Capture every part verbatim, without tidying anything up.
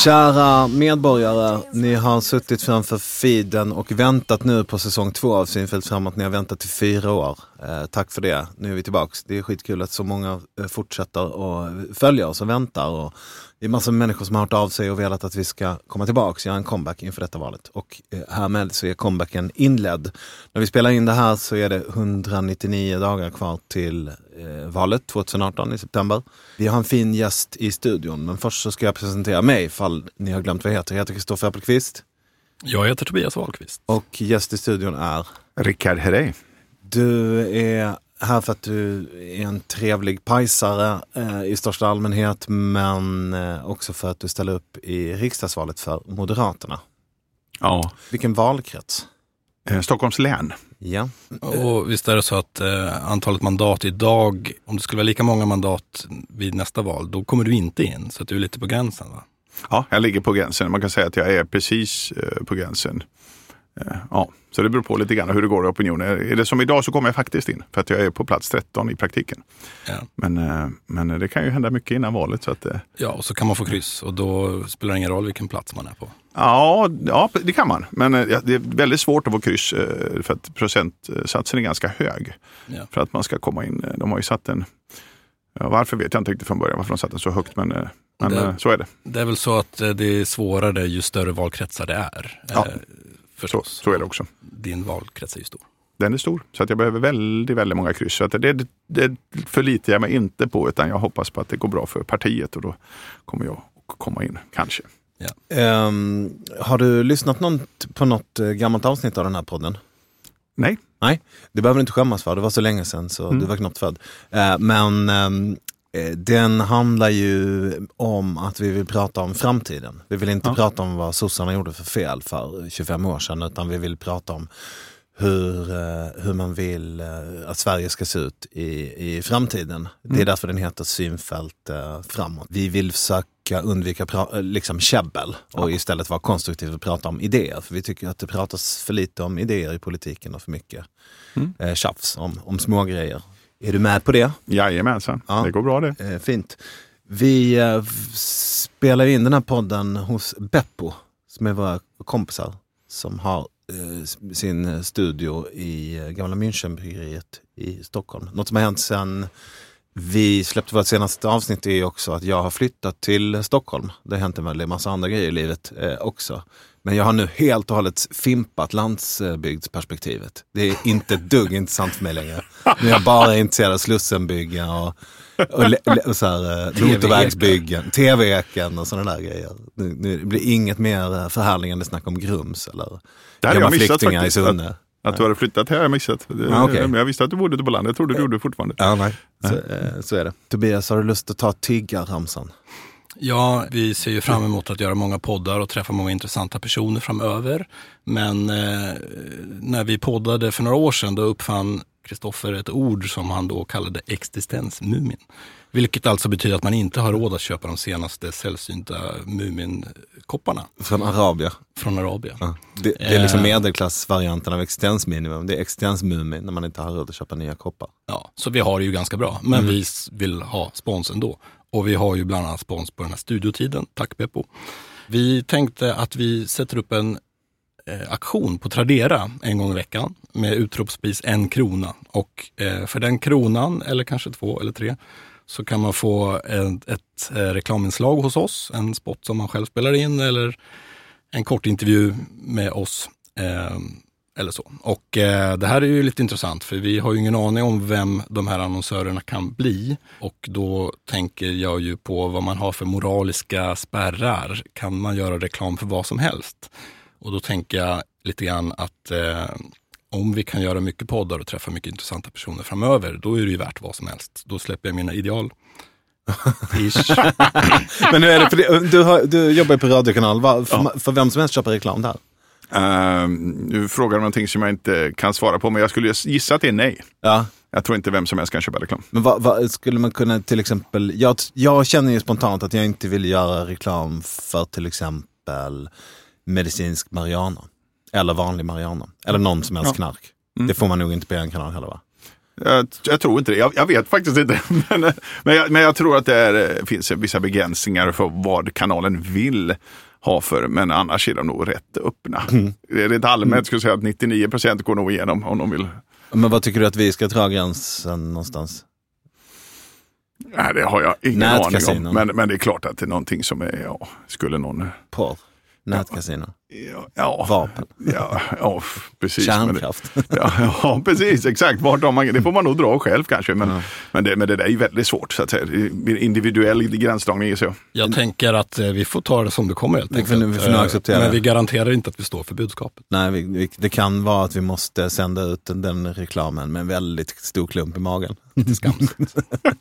Kära medborgare, ni har suttit framför feeden och väntat nu på säsong två av Synfält framåt. Ni har väntat till fyra år. Eh, tack för det. Nu är vi tillbaks. Det är skitkul att så många eh, fortsätter och följer oss och väntar. Och det är massor med människor som har hört av sig och velat att vi ska komma tillbaks, göra en comeback inför detta valet. Och eh, härmed så är comebacken inledd. När vi spelar in det här så är det etthundranittionio dagar kvar till eh, valet tjugoarton i september. Vi har en fin gäst i studion, men först så ska jag presentera mig ifall ni har glömt vad jag heter. Jag heter Kristoffer Appelqvist. Jag heter Tobias Wahlqvist. Och gäst i studion är Rickard Herrey. Du är här för att du är en trevlig pajsare eh, i största allmänhet, men eh, också för att du ställer upp i riksdagsvalet för Moderaterna. Ja. Vilken valkrets? Eh, Stockholms län. Ja. Och visst är det så att eh, antalet mandat idag, om det skulle vara lika många mandat vid nästa val, då kommer du inte in, så att du är lite på gränsen, va? Ja, jag ligger på gränsen. Man kan säga att jag är precis eh, på gränsen. Eh, ja, så det beror på lite grann hur det går i opinionen. Är det som idag så kommer jag faktiskt in, för att jag är på plats tretton i praktiken. Ja. Men, eh, men det kan ju hända mycket innan valet. Så att, eh, Ja, och så kan man få kryss och då spelar det ingen roll vilken plats man är på. ja, ja, det kan man. Men eh, det är väldigt svårt att få kryss eh, för att procentsatsen är ganska hög. Ja. För att man ska komma in. De har ju satt en... Ja, varför vet jag inte riktigt från början varför de satt den så högt, men, eh, men det, eh, så är det. Det är väl så att eh, det är svårare ju större valkretsar det är. Ja. Eh, Så, så är det också. Din valkrets är ju stor. Den är stor, så att jag behöver väldigt, väldigt många kryss. Så att det, det, det förlitar jag mig inte på, utan jag hoppas på att det går bra för partiet och då kommer jag att komma in, kanske. Ja. Um, har du lyssnat något, på något gammalt avsnitt av den här podden? Nej. Nej, det behöver du inte skämmas för. Det var så länge sedan så mm. du var knappt född. Uh, men um, den handlar ju om att vi vill prata om framtiden. Vi vill inte ja. prata om vad sossarna gjorde för fel för tjugofem år sedan, utan vi vill prata om hur, hur man vill att Sverige ska se ut i, i framtiden. Mm. Det är därför den heter Synfält framåt. Vi vill försöka undvika pra- liksom käbbel och ja. istället vara konstruktiva och prata om idéer. För vi tycker att det pratas för lite om idéer i politiken och för mycket mm. eh, tjafs om, om små grejer. Är du med på det? Jajamensan, ja. Det går bra det. Eh, fint. Vi eh, spelar in den här podden hos Beppo, som är våra kompisar, som har eh, sin studio i eh, gamla Münchenbryggeriet i Stockholm. Något som har hänt sedan vi släppte vårt senaste avsnitt är också att jag har flyttat till Stockholm. Det har hänt en väldigt massa andra grejer i livet eh, också. Men jag har nu helt och hållet fimpat landsbygdsperspektivet. Det är inte ett dugg intressant för mig längre. Nu är jag bara intresserad av Slussenbyggen och, och, le, och så här, motorvägsbyggen, tv-eken och sådana där grejer. Nu, nu blir inget mer förhärligande snack om Grums eller gamla flyktingar i Sunne. Att, att du hade flyttat här har jag missat. Ah, okay. Jag visste att du bodde på landet. Jag trodde du gjorde fortfarande. Ja, nej. Så, eh, så är det. Tobias, har du lust att ta tiggarramsan? Ja, vi ser ju fram emot att göra många poddar och träffa många intressanta personer framöver. Men eh, när vi poddade för några år sedan, då uppfann Kristoffer ett ord som han då kallade existensmumin. Vilket alltså betyder att man inte har råd att köpa de senaste sällsynta muminkopparna. Från Arabia. Från Arabia. Ja. Det, det är liksom medelklassvarianten av existensminimum. Det är existensmumin när man inte har råd att köpa nya koppar. Ja, så vi har det ju ganska bra. Men mm. vi vill ha sponsen då. Och vi har ju bland annat spons på den här studiotiden. Tack Beppo. Vi tänkte att vi sätter upp en eh, aktion på Tradera en gång i veckan med utropspris en krona. Och eh, för den kronan, eller kanske två eller tre, så kan man få ett, ett eh, reklaminslag hos oss. En spot som man själv spelar in eller en kort intervju med oss. Eh, Eller så. Och eh, det här är ju lite intressant för vi har ju ingen aning om vem de här annonsörerna kan bli. Och då tänker jag ju på vad man har för moraliska spärrar. Kan man göra reklam för vad som helst? Och då tänker jag lite grann att eh, om vi kan göra mycket poddar och träffa mycket intressanta personer framöver, då är det ju värt vad som helst. Då släpper jag mina ideal. Men nu är det för det, du, har, du jobbar ju på radiokanal. Va, för, ja. för vem som helst köper reklam där? Uh, nu frågar du någonting som jag inte kan svara på, men jag skulle gissa att det är nej. Ja. Jag tror inte vem som helst kan köpa reklam. Men vad, vad skulle man kunna till exempel... Jag, jag känner ju spontant att jag inte vill göra reklam för till exempel medicinsk marijuana. Eller vanlig marijuana. Eller någon som helst ja. knark. Mm. Det får man nog inte på en kanal heller, va? Jag, jag tror inte det. Jag, jag vet faktiskt inte. Men, men, jag, men jag tror att det är, finns vissa begränsningar för vad kanalen vill ha för. Men annars är de nog rätt öppna. Mm. Det är lite allmänt, mm. skulle jag säga att nittionio procent går nog igenom om de vill. Men vad tycker du att vi ska dra gränsen någonstans? Nej, det har jag ingen aning om. Men, men det är klart att det är någonting som är, ja, skulle någon... Porr. Nätkasino. Ja, ja, vapen. Ja, ja, precis. Kärnkraft. Det, ja, ja, precis. Exakt. Vart har man, det får man nog dra själv kanske. Men, ja. men, det, men det där är ju väldigt svårt. Så att säga. Individuell gränsdragning. Så. Jag tänker att vi får ta det som det kommer helt enkelt. Vi får nu acceptera. Men vi garanterar inte att vi står för budskapet. Nej, vi, vi, det kan vara att vi måste sända ut den, den reklamen med en väldigt stor klump i magen. Lite skamligt.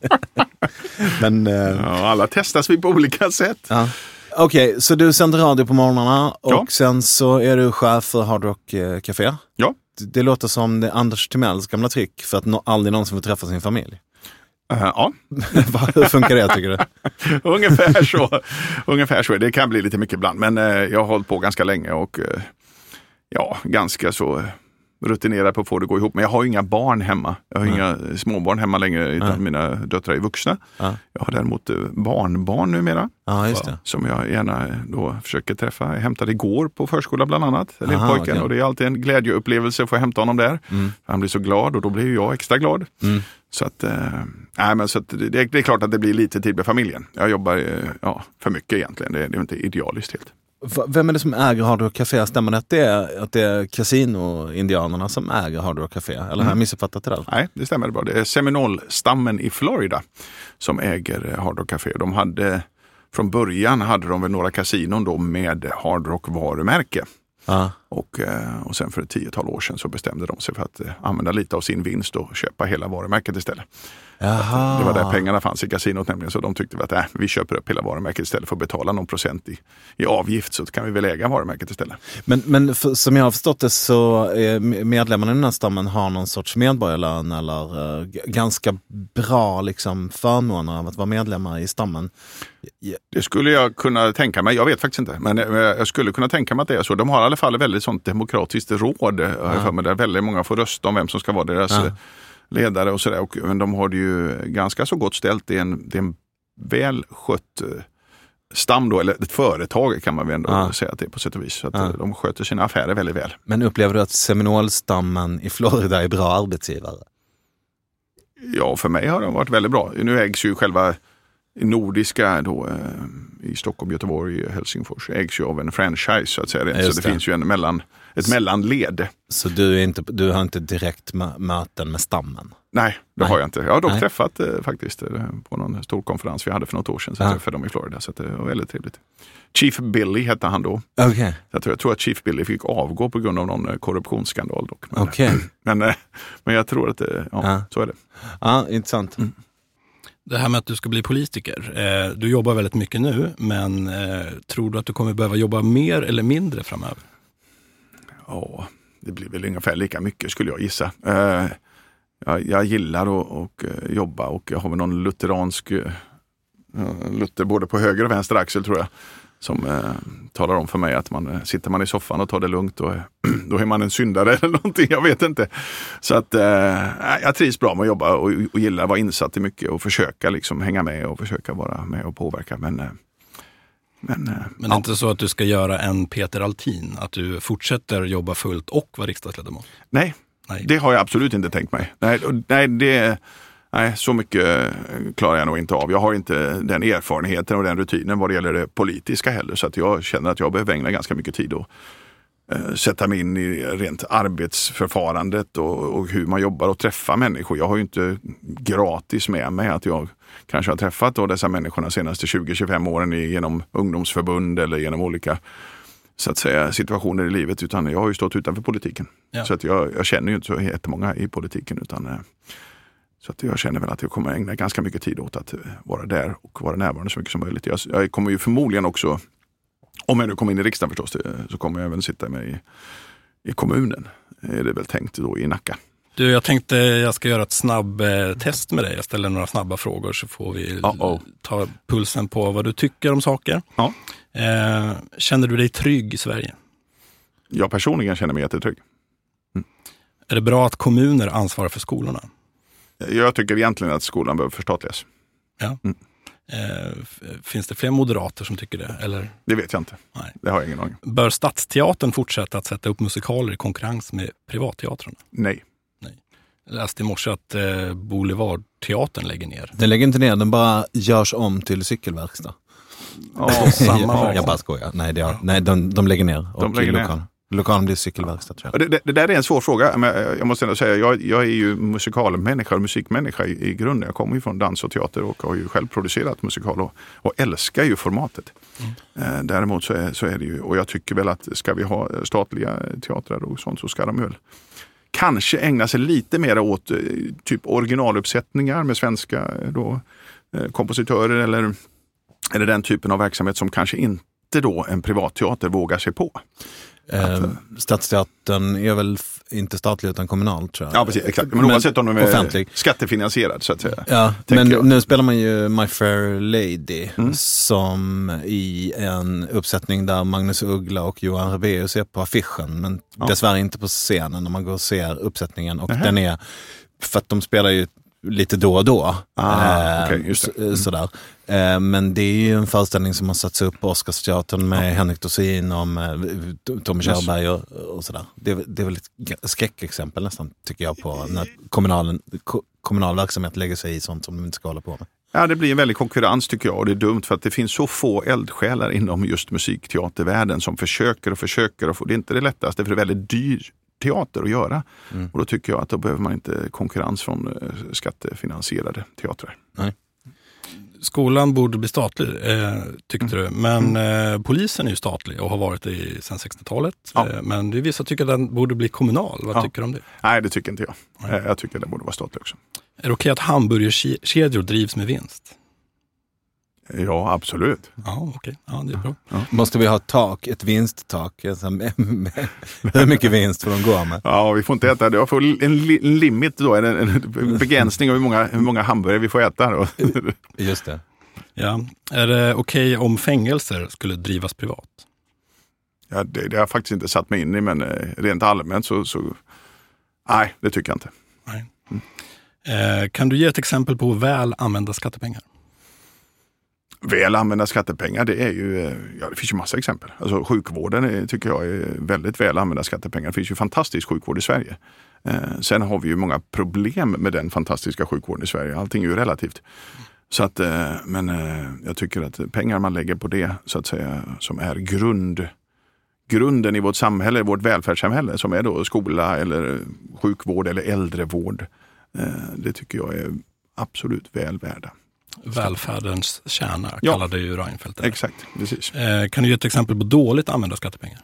men, eh, ja, alla testas vi på olika sätt. Ja. Okej, okay, så du sänder radio på morgnarna och ja. sen så är du chef för Hard Rock Café. Ja. Det, det låter som det Anders Timells gamla trick för att no, aldrig någon som får träffa sin familj. Uh, ja. Hur funkar det tycker du? Ungefär så. Ungefär så. Det kan bli lite mycket ibland, men uh, jag har hållit på ganska länge och uh, ja, ganska så... Uh, rutinerad på att få det gå ihop. Men jag har ju inga barn hemma. Jag har mm. inga småbarn hemma längre utan mm. mina döttrar är vuxna. Mm. Jag har däremot barnbarn numera. Ja, just det. Som jag gärna då försöker träffa. Jag hämtade igår på förskola bland annat. Lillpojken. Okay. Och det är alltid en glädjeupplevelse att få hämta honom där. Mm. Han blir så glad och då blir jag extra glad. Mm. Så att, äh, nej, men så att det, det är klart att det blir lite tid med familjen. Jag jobbar ja, för mycket egentligen. Det, det är inte idealiskt helt. Vem är det som äger Hard Rock Café? Stämmer det att det är, att det är kasino-indianerna som äger Hard Rock Café? Eller mm. har jag missuppfattat det där? Nej, det stämmer bra. Det är Seminole-stammen i Florida som äger Hard Rock Café. De hade, från början hade de väl några kasinon då med Hard Rock-varumärke. Ah. Och, och sen för ett tiotal år sedan så bestämde de sig för att använda lite av sin vinst och köpa hela varumärket istället. Jaha. Det var där pengarna fanns i kasinot nämligen, så de tyckte att äh, vi köper upp hela varumärket istället för att betala någon procent i, i avgift, så kan vi väl äga varumärket istället. Men, men för, som jag har förstått det så är medlemmarna i den här stammen har någon sorts medborgarlön eller uh, ganska bra liksom, förmåner av att vara medlemmar i stammen. Yeah. Det skulle jag kunna tänka mig, jag vet faktiskt inte, men jag skulle kunna tänka mig att det är så. De har i alla fall ett väldigt sånt demokratiskt råd, ja. för mig, där väldigt många får rösta om vem som ska vara deras ja. ledare och sådär. Och, men de har det ju ganska så gott ställt. Det är en, det är en väl skött stam då, eller ett företag kan man väl ändå ja. säga att det är på sätt och vis. Så att ja. de sköter sina affärer väldigt väl. Men upplever du att Seminole-stammen i Florida är bra arbetsgivare? Ja, för mig har de varit väldigt bra. Nu ägs ju själva nordiska då, eh, i Stockholm, Göteborg, Helsingfors ägs ju av en franchise så att säga. Så det, det finns ju en mellan, ett mellanled. Så du, är inte, du har inte direkt möten med stammen? Nej, det Nej. har jag inte. Jag har dock Nej. träffat eh, faktiskt eh, på någon stor konferens vi hade för något år sedan. Så jag träffade dem i Florida, så det var väldigt trevligt. Chief Billy hette han då. Okay. Jag, tror, jag tror att Chief Billy fick avgå på grund av någon korruptionsskandal dock. Men, okay. men, men, men jag tror att det, ja, ja. så är det. Ja, intressant. Mm. Det här med att du ska bli politiker. Eh, du jobbar väldigt mycket nu, men eh, tror du att du kommer behöva jobba mer eller mindre framöver? Ja, det blir väl ungefär lika mycket skulle jag gissa. Eh, jag, jag gillar att och, och, jobba och jag har väl någon lutheransk uh, Luther både på höger och vänster axel tror jag. Som eh, talar om för mig att man sitter man i soffan och tar det lugnt och då är man en syndare eller någonting, jag vet inte. Så att eh, jag trivs bra med att jobba och, och gillar att vara insatt i mycket och försöka liksom hänga med och försöka vara med och påverka. Men, eh, men, eh, men ja. inte så att du ska göra en Peter Altin, att du fortsätter jobba fullt och vara riksdagsledamot? Nej, nej, det har jag absolut inte tänkt mig. Nej, nej det Nej, så mycket klarar jag nog inte av. Jag har inte den erfarenheten och den rutinen vad det gäller det politiska heller. Så att jag känner att jag behöver ägna ganska mycket tid och eh, sätta mig in i rent arbetsförfarandet och, och hur man jobbar och träffa människor. Jag har ju inte gratis med mig att jag kanske har träffat då dessa människorna de senaste tjugo till tjugofem åren genom ungdomsförbund eller genom olika så att säga, situationer i livet. Utan jag har ju stått utanför politiken. Ja. Så att jag, jag känner ju inte så jättemånga i politiken utan... Eh, Så att jag känner väl att jag kommer ägna ganska mycket tid åt att vara där och vara närvarande så mycket som möjligt. Jag, jag kommer ju förmodligen också, om jag nu kommer in i riksdagen förstås, så kommer jag även sitta med i, i kommunen. Är det väl tänkt då i Nacka. Du, jag tänkte jag ska göra ett snabb test med dig. Jag ställer några snabba frågor så får vi Uh-oh. ta pulsen på vad du tycker om saker. Ja. Eh, känner du dig trygg i Sverige? Jag personligen känner mig jättetrygg. Mm. Är det bra att kommuner ansvarar för skolorna? Jag tycker egentligen att skolan behöver förstatligas. Ja. Mm. Eh, finns det fler moderater som tycker det? Eller? Det vet jag inte. Nej. Det har jag ingen aning. Bör Stadsteatern fortsätta att sätta upp musikaler i konkurrens med privatteatrarna? Nej. Nej. Jag läste i morse att eh, Boulevardteatern lägger ner. Den lägger inte ner, den bara görs om till cykelverkstad. Oh, samma jag bara skojar. Nej, det är, ja. nej de, de lägger ner. Och de lägger ner. Lokal, lokalen blir cykelverkstad, tror jag. Det, det, det där är en svår fråga. Men jag måste ändå säga, jag, jag är ju musikalmänniska och musikmänniska i, i grunden. Jag kommer ju från dans och teater och har ju själv producerat musikal och, och älskar ju formatet. Mm. Eh, däremot så är, så är det ju, och jag tycker väl att ska vi ha statliga teatrar och sånt så ska de väl kanske ägna sig lite mer åt eh, typ originaluppsättningar med svenska då, eh, kompositörer eller, eller den typen av verksamhet som kanske inte då en privatteater vågar sig på. Eh, Stadsteatern är väl f- inte statlig utan kommunal, tror jag. Ja, precis, exakt. Men, men oavsett om de är offentlig. Skattefinansierad, så att säga. Ja, men jag. nu spelar man ju My Fair Lady mm. som i en uppsättning där Magnus Uggla och Johan Rabaeus är på affischen, men ja. dessvärre inte på scenen när man går och ser uppsättningen. Och Nähe. den är, för att de spelar ju lite då och då. Ah, eh, okay, just det. Mm. Sådär. Eh, men det är ju en föreställning som har satts upp på Oscarsteatern med ja. Henrik Dorsin och med Tommy Körberg och, och sådär. Det, det är väl ett skräckexempel nästan, tycker jag, på när kommunalen, ko, kommunal verksamhet lägger sig i sånt som de inte ska hålla på med. Ja, det blir en väldig konkurrens, tycker jag, och det är dumt för att det finns så få eldsjälar inom just musikteatervärlden som försöker och försöker och får, det är inte det lättaste, för det är väldigt dyrt teater att göra. Mm. Och då tycker jag att då behöver man inte konkurrens från skattefinansierade teatrar. Nej. Skolan borde bli statlig, eh, tyckte mm. du. Men mm. eh, polisen är ju statlig och har varit det i, sedan sextiotalet. Ja. Eh, men det är vissa tycker att den borde bli kommunal. Vad ja. tycker du om det? Nej, det tycker inte jag. Nej. Jag tycker att den borde vara statlig också. Är det okej att hamburgerkedjor drivs med vinst? Ja, absolut. Ja, okej. Ja, det är bra. Ja. Måste vi ha ett tak, ett vinsttak? Alltså, med, med, hur mycket vinst får de gå med? Ja, vi får inte äta det. Jag får en, en limit då, en, en begränsning av hur många, hur många hamburgare vi får äta då. Just det. Ja. Är det okej om fängelser skulle drivas privat? Ja, det, det har jag faktiskt inte satt mig in i, men rent allmänt så, så nej, det tycker jag inte. Nej. Mm. Eh, kan du ge ett exempel på väl använda skattepengar? Väl använda skattepengar, det är ju, ja, det finns ju massa exempel. Alltså sjukvården är, tycker jag är väldigt väl använda skattepengar. Det finns ju fantastisk sjukvård i Sverige. Eh, sen har vi ju många problem med den fantastiska sjukvården i Sverige. Allting är ju relativt. Så att, eh, men eh, jag tycker att pengar man lägger på det, så att säga, som är grund, grunden i vårt samhälle, vårt välfärdssamhälle, som är då skola eller sjukvård eller äldrevård, eh, det tycker jag är absolut väl värda. Välfärdens kärna, ja. kallade ju Reinfeldt det. Exakt, precis. Eh, kan du ge ett exempel på dåligt använda skattepengar?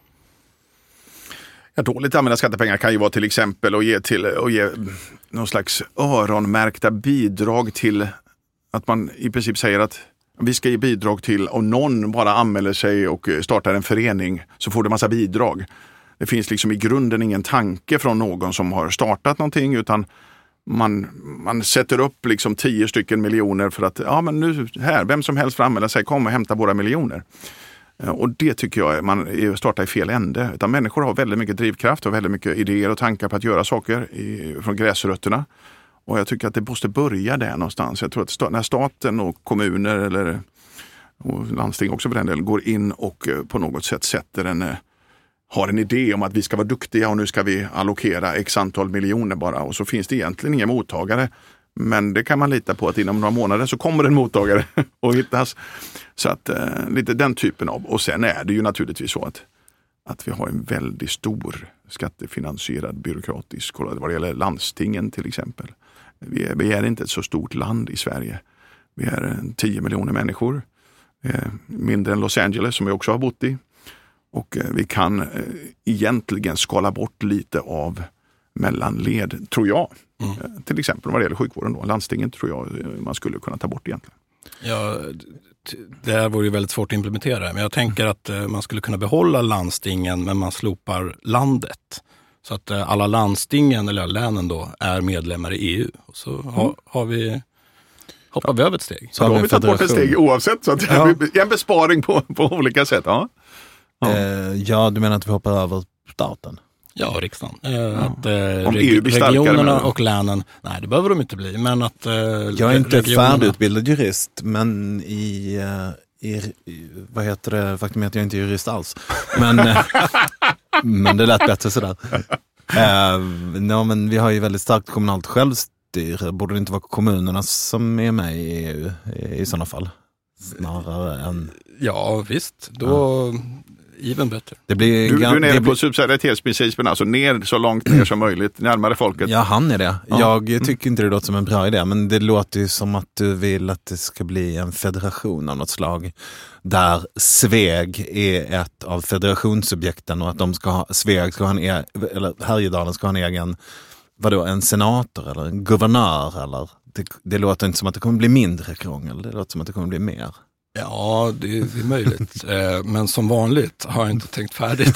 Ja, dåligt använda skattepengar kan ju vara till exempel att ge, till, att ge någon slags öronmärkta bidrag till att man i princip säger att vi ska ge bidrag till, om någon bara anmäler sig och startar en förening så får du massa bidrag. Det finns liksom i grunden ingen tanke från någon som har startat någonting, utan Man, man sätter upp liksom tio stycken miljoner för att, ja men nu här, vem som helst får anmäla sig, kom och hämta våra miljoner. Och det tycker jag är, man startar i fel ände. Utan människor har väldigt mycket drivkraft och väldigt mycket idéer och tankar på att göra saker i, från gräsrötterna. Och jag tycker att det måste börja där någonstans. Jag tror att sta, när staten och kommuner eller och landsting också för den delen går in och på något sätt sätter en har en idé om att vi ska vara duktiga och nu ska vi allokera x antal miljoner bara, och så finns det egentligen inga mottagare, men det kan man lita på att inom några månader så kommer en mottagare och hittas. Så att eh, lite den typen av, och sen är det ju naturligtvis så att, att vi har en väldigt stor skattefinansierad byråkratisk, vad det gäller landstingen till exempel. Vi är, vi är inte ett så stort land i Sverige. Vi är tio miljoner människor, eh, mindre än Los Angeles som jag också har bott i. Och vi kan egentligen skala bort lite av mellanled, tror jag. Mm. Till exempel vad det gäller sjukvården då. Landstingen tror jag man skulle kunna ta bort egentligen. Ja, det här vore ju väldigt svårt att implementera. Men jag tänker att man skulle kunna behålla landstingen, men man slopar landet. Så att alla landstingen, eller länen då, är medlemmar i E U. Och så mm. har, har vi... hoppar vi över ett steg. Så då har vi tagit bort ett steg oavsett. Så att ja. Det är en besparing på, på olika sätt, ja. Ja. Eh, ja, du menar att vi hoppar över staten? Ja, riksdagen. Eh, ja. Att, eh, Om reg- E U blir starkare, regionerna men... och länen, nej det behöver de inte bli, men att... Eh, jag är inte regionerna... färdigutbildad jurist, men i, uh, i, i, vad heter det, faktum är att jag inte är jurist alls. Men, uh, men det lät bättre sådär. Uh, no, men vi har ju väldigt starkt kommunalt självstyre. Borde det inte vara kommunerna som är med i E U i, i sådana fall? Snarare än... Ja, visst. Då... Ja. Even bättre. Det blir du, du är nere det på blir... subsidiaritetsprincipen, alltså ner så långt ner som möjligt, närmare folket. Ja, han är det. Ja. Jag tycker inte det låter som en bra idé, men det låter ju som att du vill att det ska bli en federation av något slag. Där Sveg är ett av federationssubjekten och att de ska ha, Sveg ska ha en e- eller Härjedalen ska ha en egen, vadå, en senator eller en guvernör eller det, det låter inte som att det kommer bli mindre krångel, det låter som att det kommer bli mer. Ja, det är möjligt. Men som vanligt har jag inte tänkt färdigt.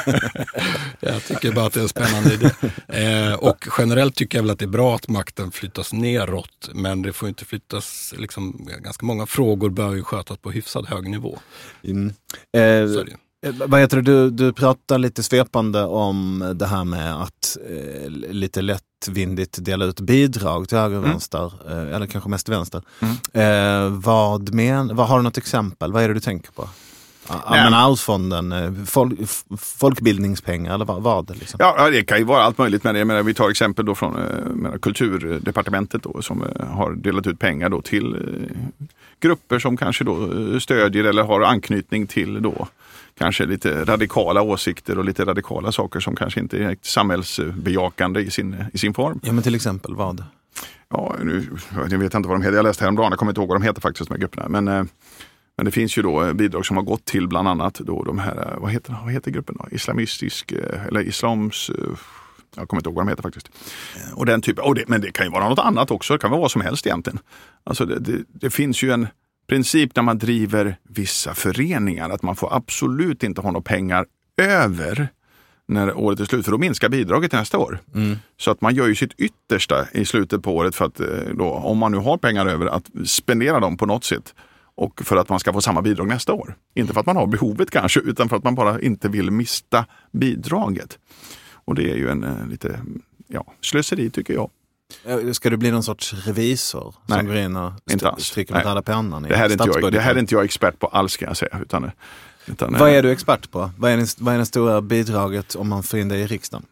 Jag tycker bara att det är en spännande idé. Och generellt tycker jag väl att det är bra att makten flyttas neråt. Men det får inte flyttas, liksom, ganska många frågor bör ju skötas på hyfsad hög nivå. Mm. Eh, vad heter det? Du, du pratar lite svepande om det här med att eh, lite lättvindigt dela ut bidrag till höger och mm. vänster, eh, eller kanske mest vänster. Mm. Eh, vad, men, vad har du något exempel? Vad är det du tänker på? Allmänna arvsfonden, folk, folkbildningspengar eller vad, vad liksom? Ja, det kan ju vara allt möjligt, men jag menar, vi tar exempel då från menar, kulturdepartementet då, som har delat ut pengar då till grupper som kanske då stödjer eller har anknytning till då kanske lite radikala åsikter och lite radikala saker som kanske inte är samhällsbejakande i sin, i sin form. Ja, men till exempel vad? Ja, nu, jag vet inte vad de heter. Jag läste häromdagen, jag kommer inte ihåg vad de heter faktiskt, de här grupperna. Men, men det finns ju då bidrag som har gått till bland annat då de här, vad heter, vad heter gruppen då? Islamistisk, eller islams... Jag kommer inte ihåg vad de heter faktiskt. Och den typen, och det, men det kan ju vara något annat också. Det kan vara vad som helst egentligen. Alltså det, det, det finns ju en princip när man driver vissa föreningar att man får absolut inte ha några pengar över när året är slut. För då minskar bidraget nästa år. Mm. Så att man gör ju sitt yttersta i slutet på året för att då, om man nu har pengar över, att spendera dem på något sätt. Och för att man ska få samma bidrag nästa år. Inte för att man har behovet kanske, utan för att man bara inte vill mista bidraget. Och det är ju en eh, lite ja, slöseri tycker jag. Ska du bli någon sorts revisor Nej, som går in och st- stryker med röda pennan? Det här, är inte jag, det här är inte jag expert på alls, ska jag säga. Utan, utan, vad är du expert på? Vad är, den, vad är det stora bidraget om man får in dig i riksdagen?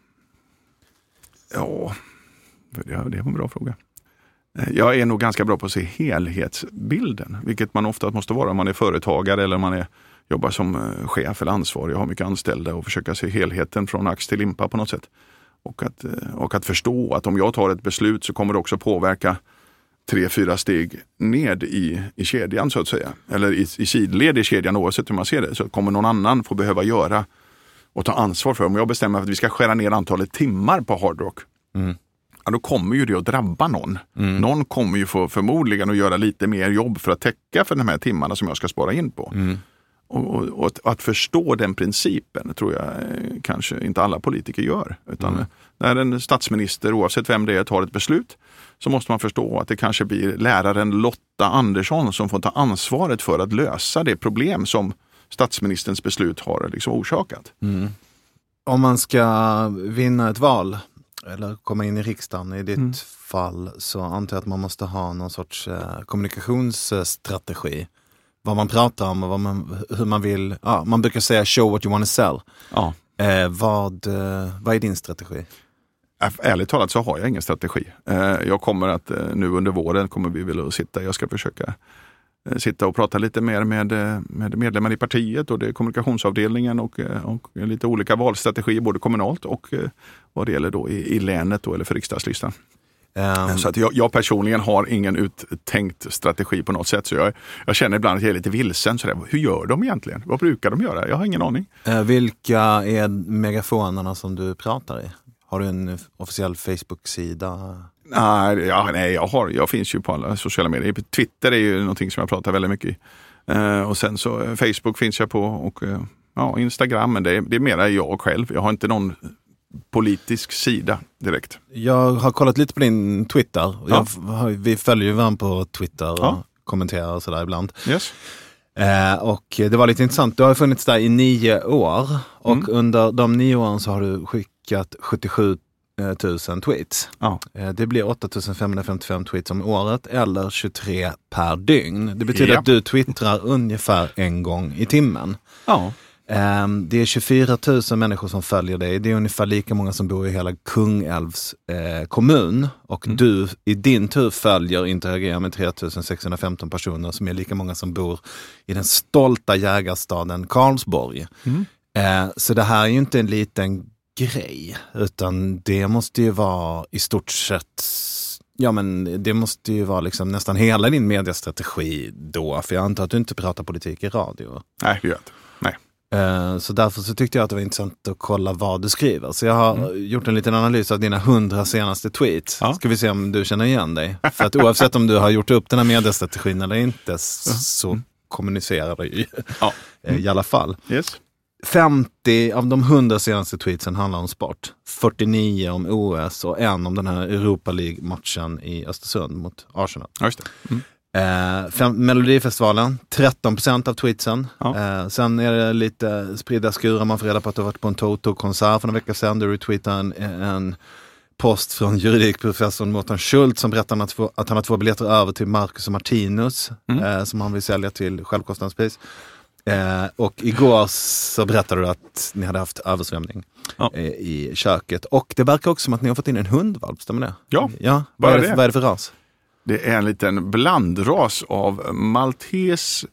Ja, det är en bra fråga. Jag är nog ganska bra på att se helhetsbilden. Vilket man ofta måste vara om man är företagare eller man är jobbar som chef eller ansvarig, har mycket anställda och försöka se helheten från ax till limpa på något sätt. Och att, och att förstå att om jag tar ett beslut så kommer det också påverka tre, fyra steg ned i, i kedjan så att säga. Eller i, i sidled i kedjan oavsett hur man ser det. Så kommer någon annan få behöva göra och ta ansvar för. Om jag bestämmer att vi ska skära ner antalet timmar på Hard Rock. Mm. Ja, då kommer ju det att drabba någon. Mm. Någon kommer ju få förmodligen att göra lite mer jobb för att täcka för de här timmarna som jag ska spara in på. Mm. Och, och, och att, att förstå den principen tror jag eh, kanske inte alla politiker gör. Utan mm. när en statsminister, oavsett vem det är, tar ett beslut så måste man förstå att det kanske blir läraren Lotta Andersson som får ta ansvaret för att lösa det problem som statsministerns beslut har liksom orsakat. Mm. Om man ska vinna ett val eller komma in i riksdagen i ditt mm. fall så antar jag att man måste ha någon sorts eh, kommunikationsstrategi. Vad man pratar om och vad man, hur man vill. Ja, man brukar säga show what you want to sell. Ja. Eh, vad, eh, vad är din strategi? Ärligt talat så har jag ingen strategi. Eh, jag kommer att eh, nu under våren kommer vi väl att sitta. Jag ska försöka eh, sitta och prata lite mer med, med medlemmar i partiet och det är kommunikationsavdelningen och, och lite olika valstrategier både kommunalt och eh, vad det gäller då i, i länet då, eller för riksdagslistan. Um, så att jag, jag personligen har ingen uttänkt strategi på något sätt. Så jag, jag känner ibland att jag är lite vilsen. Så där, hur gör de egentligen? Vad brukar de göra? Jag har ingen aning. Uh, vilka är megafonerna som du pratar i? Har du en officiell Facebook-sida? Nej, ja, nej jag, har, jag finns ju på alla sociala medier. Twitter är ju någonting som jag pratar väldigt mycket i. Uh, och sen så Facebook finns jag på och uh, ja, Instagram. Men det är, det är mera jag själv. Jag har inte någon politisk sida direkt. Jag har kollat lite på din Twitter. Ja. Jag, vi följer ju varandra på Twitter och ja. kommenterar och sådär ibland. Yes. Eh, och det var lite intressant. Du har funnits där i nio år och mm. under de nio åren så har du skick, skickat sjuttiosju tusen tweets. Ja. Det blir åtta tusen femhundrafemtiofem tweets om året eller tjugotre per dygn. Det betyder Ja. att du twittrar ungefär en gång i timmen. Ja. Det är tjugofyra tusen människor som följer dig. Det är ungefär lika många som bor i hela Kungälvs eh, kommun. Och mm. du i din tur följer och interagerar med tre tusen sexhundrafemton personer som är lika många som bor i den stolta jägarstaden Karlsborg. Mm. Eh, så det här är ju inte en liten grej, utan det måste ju vara i stort sett, ja men det måste ju vara liksom nästan hela din mediestrategi då, för jag antar att du inte pratar politik i radio. Nej, det gör jag inte. Nej. Så därför så tyckte jag att det var intressant att kolla vad du skriver. Så jag har mm. gjort en liten analys av dina hundra senaste tweets. Ja. Ska vi se om du känner igen dig. För att oavsett om du har gjort upp den här mediestrategin eller inte så mm. kommunicerar du ju ja. mm. i alla fall. Yes. femtio av de hundra senaste tweetsen handlar om sport. fyrtionio om O S och en om den här Europa League-matchen i Östersund mot Arsenal. Ja, just det. Mm. Eh, fem, Melodifestivalen, tretton procent av tweetsen. Ja. Eh, sen är det lite spridda skurar. Man får reda på att du har varit på en Toto-konsert för en vecka sedan. Du retweetar en, en post från juridikprofessorn Mårten Schultz som berättar att, att han har två biljetter över till Marcus och Martinus mm. eh, som han vill sälja till självkostnadspris. Eh, och igår så berättade du att ni hade haft översvämning ja. eh, i köket. Och det verkar också som att ni har fått in en hundvalp, stämmer det? Ja, ja. Vad, är det, det? vad är det för ras? Det är en liten blandras av Maltes,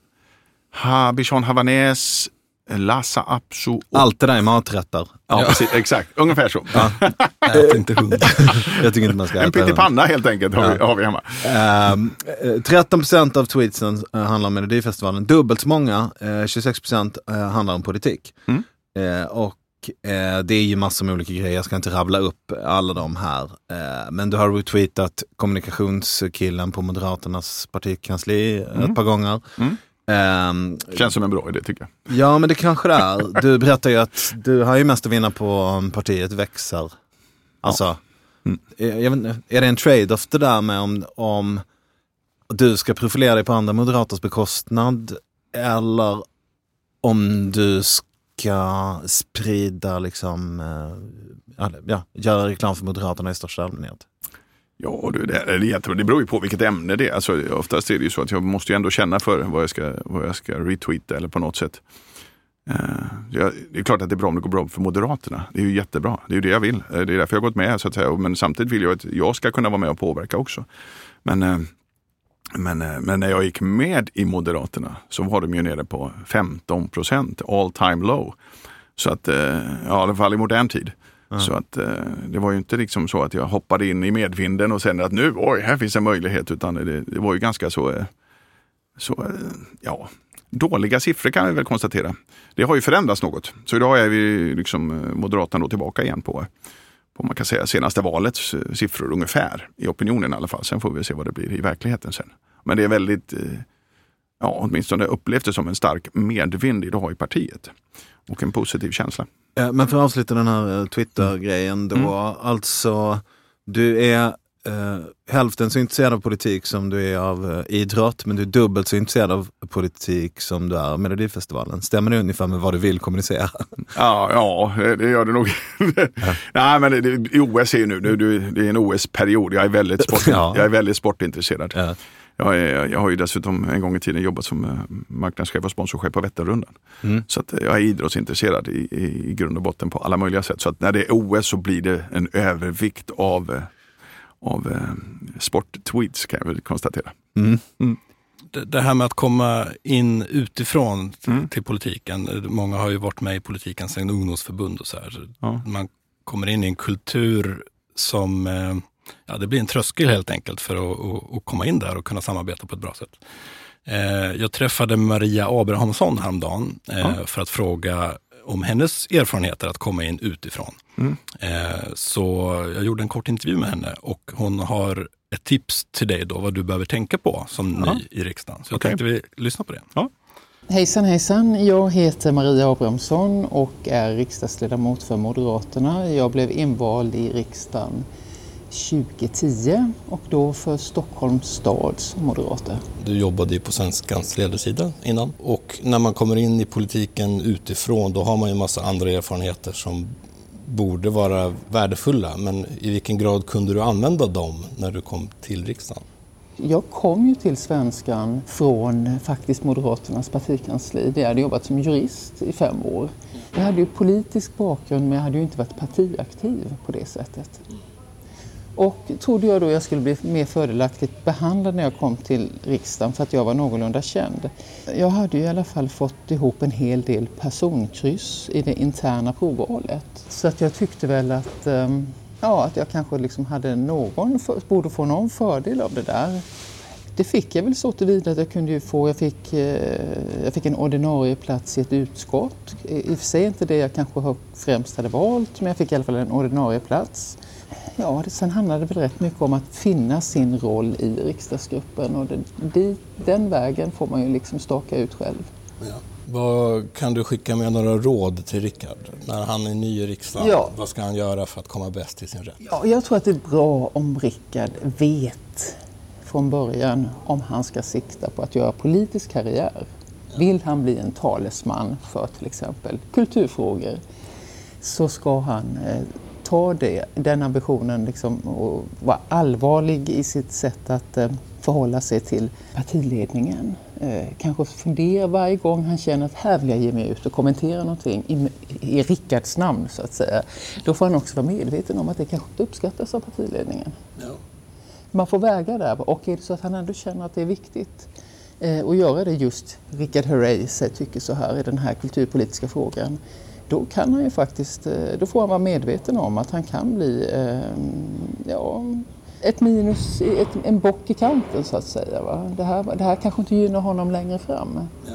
Bichon Havanese, Lhasa Apso. Och... Allt det där är maträtter. Ja, ja. Precis, exakt. Ungefär så. Ja. Ät inte hund. Jag tycker inte man ska en äta pyttipanna helt enkelt har, ja. vi, har vi hemma. Um, tretton procent av tweetsen uh, handlar om Melodifestivalen. Dubbelt så många, uh, tjugosex procent uh, handlar om politik. Mm. Uh, och uh, det är ju massor med olika grejer. Jag ska inte rabbla upp alla de här. Uh, men du har retweetat kommunikationskillen på Moderaternas partikansli mm. ett par gånger. Mm. Um, Känns som en bra idé tycker jag. Ja, men det kanske det är. Du berättar ju att du har ju mest att vinna på om partiet växer. Alltså, ja. mm. jag vet inte, är det en trade-off det där med om, om du ska profilera dig på andra moderaters bekostnad eller om du ska sprida liksom, ja, göra reklam för Moderaterna i största allmänhet? Ja, det, det, det, det beror ju på vilket ämne det är. Alltså, oftast är det ju så att jag måste ju ändå känna för vad jag ska, vad jag ska retweeta eller på något sätt. Uh, jag, det är klart att det är bra om det går bra för Moderaterna. Det är ju jättebra. Det är ju det jag vill. Det är därför jag har gått med så att säga. Men samtidigt vill jag att jag ska kunna vara med och påverka också. Men, uh, men, uh, men när jag gick med i Moderaterna så var de ju nere på femton procent all time low. Så att, uh, ja, i alla fall i modern tid. Mm. Så att eh, det var ju inte liksom så att jag hoppade in i medvinden och sen att nu, oj, här finns en möjlighet, utan det, det var ju ganska så, eh, så eh, ja, dåliga siffror kan vi väl konstatera. Det har ju förändrats något. Så idag är vi liksom Moderaterna då tillbaka igen på, på man kan säga senaste valets siffror ungefär, i opinionen i alla fall. Sen får vi se vad det blir i verkligheten sen. Men det är väldigt, eh, ja, åtminstone upplevt det som en stark medvind idag i partiet. Och en positiv känsla. Men för att avsluta den här Twitter-grejen då, mm. alltså du är eh, hälften så intresserad av politik som du är av eh, idrott, men du är dubbelt så intresserad av politik som du är av Melodifestivalen. Stämmer det ungefär med vad du vill kommunicera? Ja, ja det gör det nog. Ja. Nej, men det, det, O S är ju nu, det, det är en O S-period. Jag är väldigt, sport, ja. jag är väldigt sportintresserad. Ja. Jag, är, jag har ju dessutom en gång i tiden jobbat som marknadschef och sponsorchef på Vätternrundan. Mm. Så att jag är idrottsintresserad i, i, i grund och botten på alla möjliga sätt. Så att när det är O S så blir det en övervikt av, av sporttweets, kan jag väl konstatera. Mm. Mm. Det, det här med att komma in utifrån till, mm. till politiken. Många har ju varit med i politiken sedan ungdomsförbund och så här. Ja. Man kommer in i en kultur som... Ja, det blir en tröskel helt enkelt för att, att, att komma in där och kunna samarbeta på ett bra sätt. Eh, jag träffade Maria Abrahamsson häromdagen eh, ja. för att fråga om hennes erfarenheter att komma in utifrån. Mm. Eh, så jag gjorde en kort intervju med henne och hon har ett tips till dig då vad du behöver tänka på som ja. ny i riksdagen. Så jag okay. tänkte vi lyssna på det. Ja. Hejsan hejsan, jag heter Maria Abrahamsson och är riksdagsledamot för Moderaterna. Jag blev invald i riksdagen tjugo tio och då för Stockholms stads moderater. Du jobbade ju på Svenskans ledarsida innan och när man kommer in i politiken utifrån då har man ju en massa andra erfarenheter som borde vara värdefulla, men i vilken grad kunde du använda dem när du kom till riksdagen? Jag kom ju till Svenskan från faktiskt Moderaternas partikansli där jag hade jobbat som jurist i fem år. Jag hade ju politisk bakgrund, men jag hade ju inte varit partiaktiv på det sättet. Och trodde jag då jag skulle bli mer fördelaktigt behandlad när jag kom till riksdagen för att jag var någorlunda känd. Jag hade ju i alla fall fått ihop en hel del personkryss i det interna provvalet. Så att jag tyckte väl att, ja, att jag kanske liksom hade någon, borde få någon fördel av det där. Det fick jag väl så tillvida att jag kunde ju få, jag fick, jag fick en ordinarie plats i ett utskott. I och för sig inte det jag kanske främst hade valt, men jag fick i alla fall en ordinarie plats. Ja, det, sen handlade det väl rätt mycket om att finna sin roll i riksdagsgruppen och det, det, den vägen får man ju liksom staka ut själv. Ja. Vad kan du skicka med några råd till Rickard när han är ny i riksdagen? Ja. Vad ska han göra för att komma bäst till sin rätt? Ja, jag tror att det är bra om Rickard vet från början om han ska sikta på att göra politisk karriär. Ja. Vill han bli en talesman för till exempel kulturfrågor så ska han eh, ta det, den ambitionen liksom, och vara allvarlig i sitt sätt att eh, förhålla sig till partiledningen. Eh, kanske fundera varje gång han känner att här vill jag ge mig ut och kommentera någonting i, i Rickards namn så att säga. Då får han också vara medveten om att det kanske inte uppskattas av partiledningen. Ja. Man får väga där och är det så att han ändå känner att det är viktigt eh, och göra det just Rickard Herrey tycker så här i den här kulturpolitiska frågan. Då kan han ju faktiskt, då får han vara medveten om att han kan bli eh, ja, ett minus, ett, en bock i kanten så att säga. Va? Det, här, det här kanske inte gynnar honom längre fram. Ja.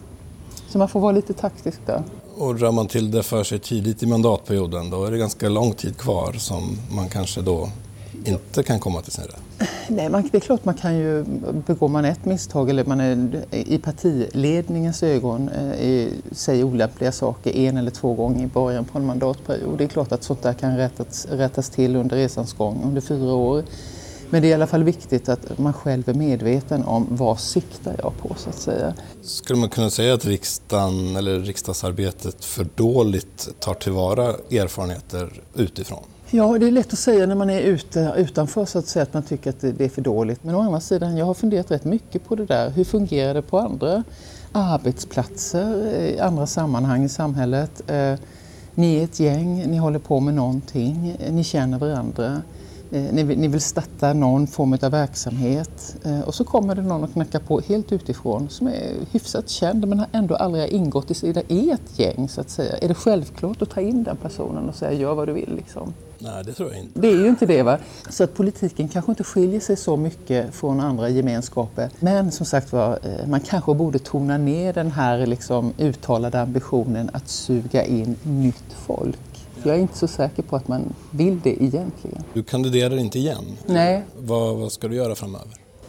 Så man får vara lite taktisk där. Och drar man till det för sig tidigt i mandatperioden, då är det ganska lång tid kvar som man kanske då inte kan komma till sin rätt. Nej, man, det är klart man kan ju, begår man ett misstag eller man är i partiledningens ögon eh, säger olämpliga saker en eller två gånger i början på en mandatperiod. Det är klart att sånt där kan rättas, rättas till under resans gång, under fyra år. Men det är i alla fall viktigt att man själv är medveten om vad siktar jag på så att säga. Skulle man kunna säga att riksdagen eller riksdagsarbetet för dåligt tar tillvara erfarenheter utifrån? Ja, det är lätt att säga när man är ute, utanför så att säga att man tycker att det är för dåligt. Men å andra sidan, jag har funderat rätt mycket på det där. Hur fungerar det på andra arbetsplatser, i andra sammanhang i samhället? Eh, ni är ett gäng, ni håller på med någonting, ni känner varandra. Eh, ni, ni vill starta någon form av verksamhet eh, och så kommer det någon och knackar på helt utifrån som är hyfsat känd men har ändå aldrig ingått i sida i ett gäng så att säga. Är det självklart att ta in den personen och säga gör vad du vill liksom? Nej, det tror jag inte. Det är ju inte det va. Så att politiken kanske inte skiljer sig så mycket från andra gemenskaper. Men som sagt var, man kanske borde tona ner den här liksom uttalade ambitionen att suga in nytt folk. Jag är inte så säker på att man vill det egentligen. Du kandiderar inte igen? Nej. Vad, vad ska du göra framöver?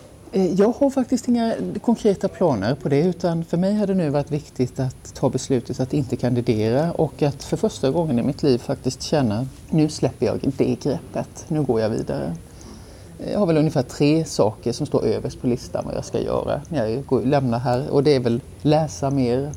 Jag har faktiskt inga konkreta planer på det utan för mig har det nu varit viktigt att ta beslutet att inte kandidera och att för första gången i mitt liv faktiskt känna nu släpper jag det greppet, nu går jag vidare. Jag har väl ungefär tre saker som står överst på listan vad jag ska göra när jag går, lämnar här och det är väl läsa mer,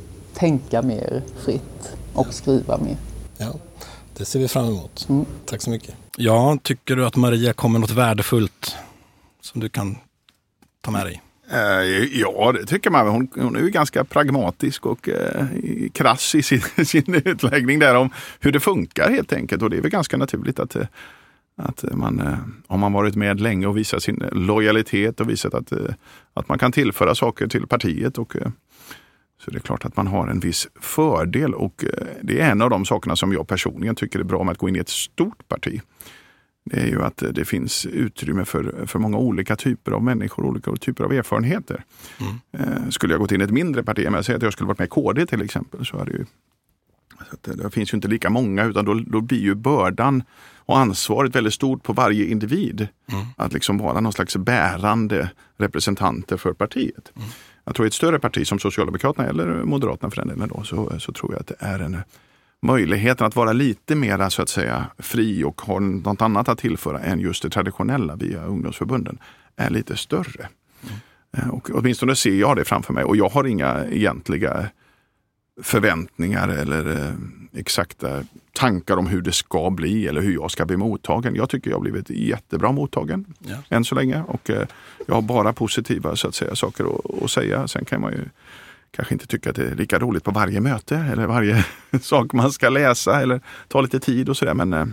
tänka mer fritt och skriva mer. Ja, det ser vi fram emot. Mm. Tack så mycket. Ja, tycker du att Maria kommer något värdefullt som du kan ta med dig? Uh, ja, det tycker man. Hon, hon är ju ganska pragmatisk och uh, krass i sin, sin utläggning där om hur det funkar helt enkelt. Och det är väl ganska naturligt att, uh, att man, uh, om man varit med länge och visat sin lojalitet och visat att, uh, att man kan tillföra saker till partiet och uh, så det är klart att man har en viss fördel och uh, det är en av de sakerna som jag personligen tycker är bra med att gå in i ett stort parti. Det är ju att det finns utrymme för, för många olika typer av människor, olika typer av erfarenheter. Mm. Eh, skulle jag gått in i ett mindre parti, men jag säger att jag skulle varit med i K D till exempel, så är det ju så att det finns ju inte lika många utan då, då blir ju bördan och ansvaret väldigt stort på varje individ. Mm. Att liksom vara någon slags bärande representanter för partiet. Mm. Jag tror i ett större parti som Socialdemokraterna eller Moderaterna för den delen då, så, så tror jag att det är en möjligheten att vara lite mer så att säga fri och ha något annat att tillföra än just det traditionella via ungdomsförbunden är lite större. Mm. Och åtminstone ser jag det framför mig och jag har inga egentliga förväntningar eller eh, exakta tankar om hur det ska bli eller hur jag ska bli mottagen. Jag tycker jag har blivit jättebra mottagen ja. än så länge och eh, jag har bara positiva så att säga, saker att, att säga. Sen kan man ju kanske inte tycka att det är lika roligt på varje möte eller varje sak man ska läsa eller ta lite tid och sådär. Men, eh,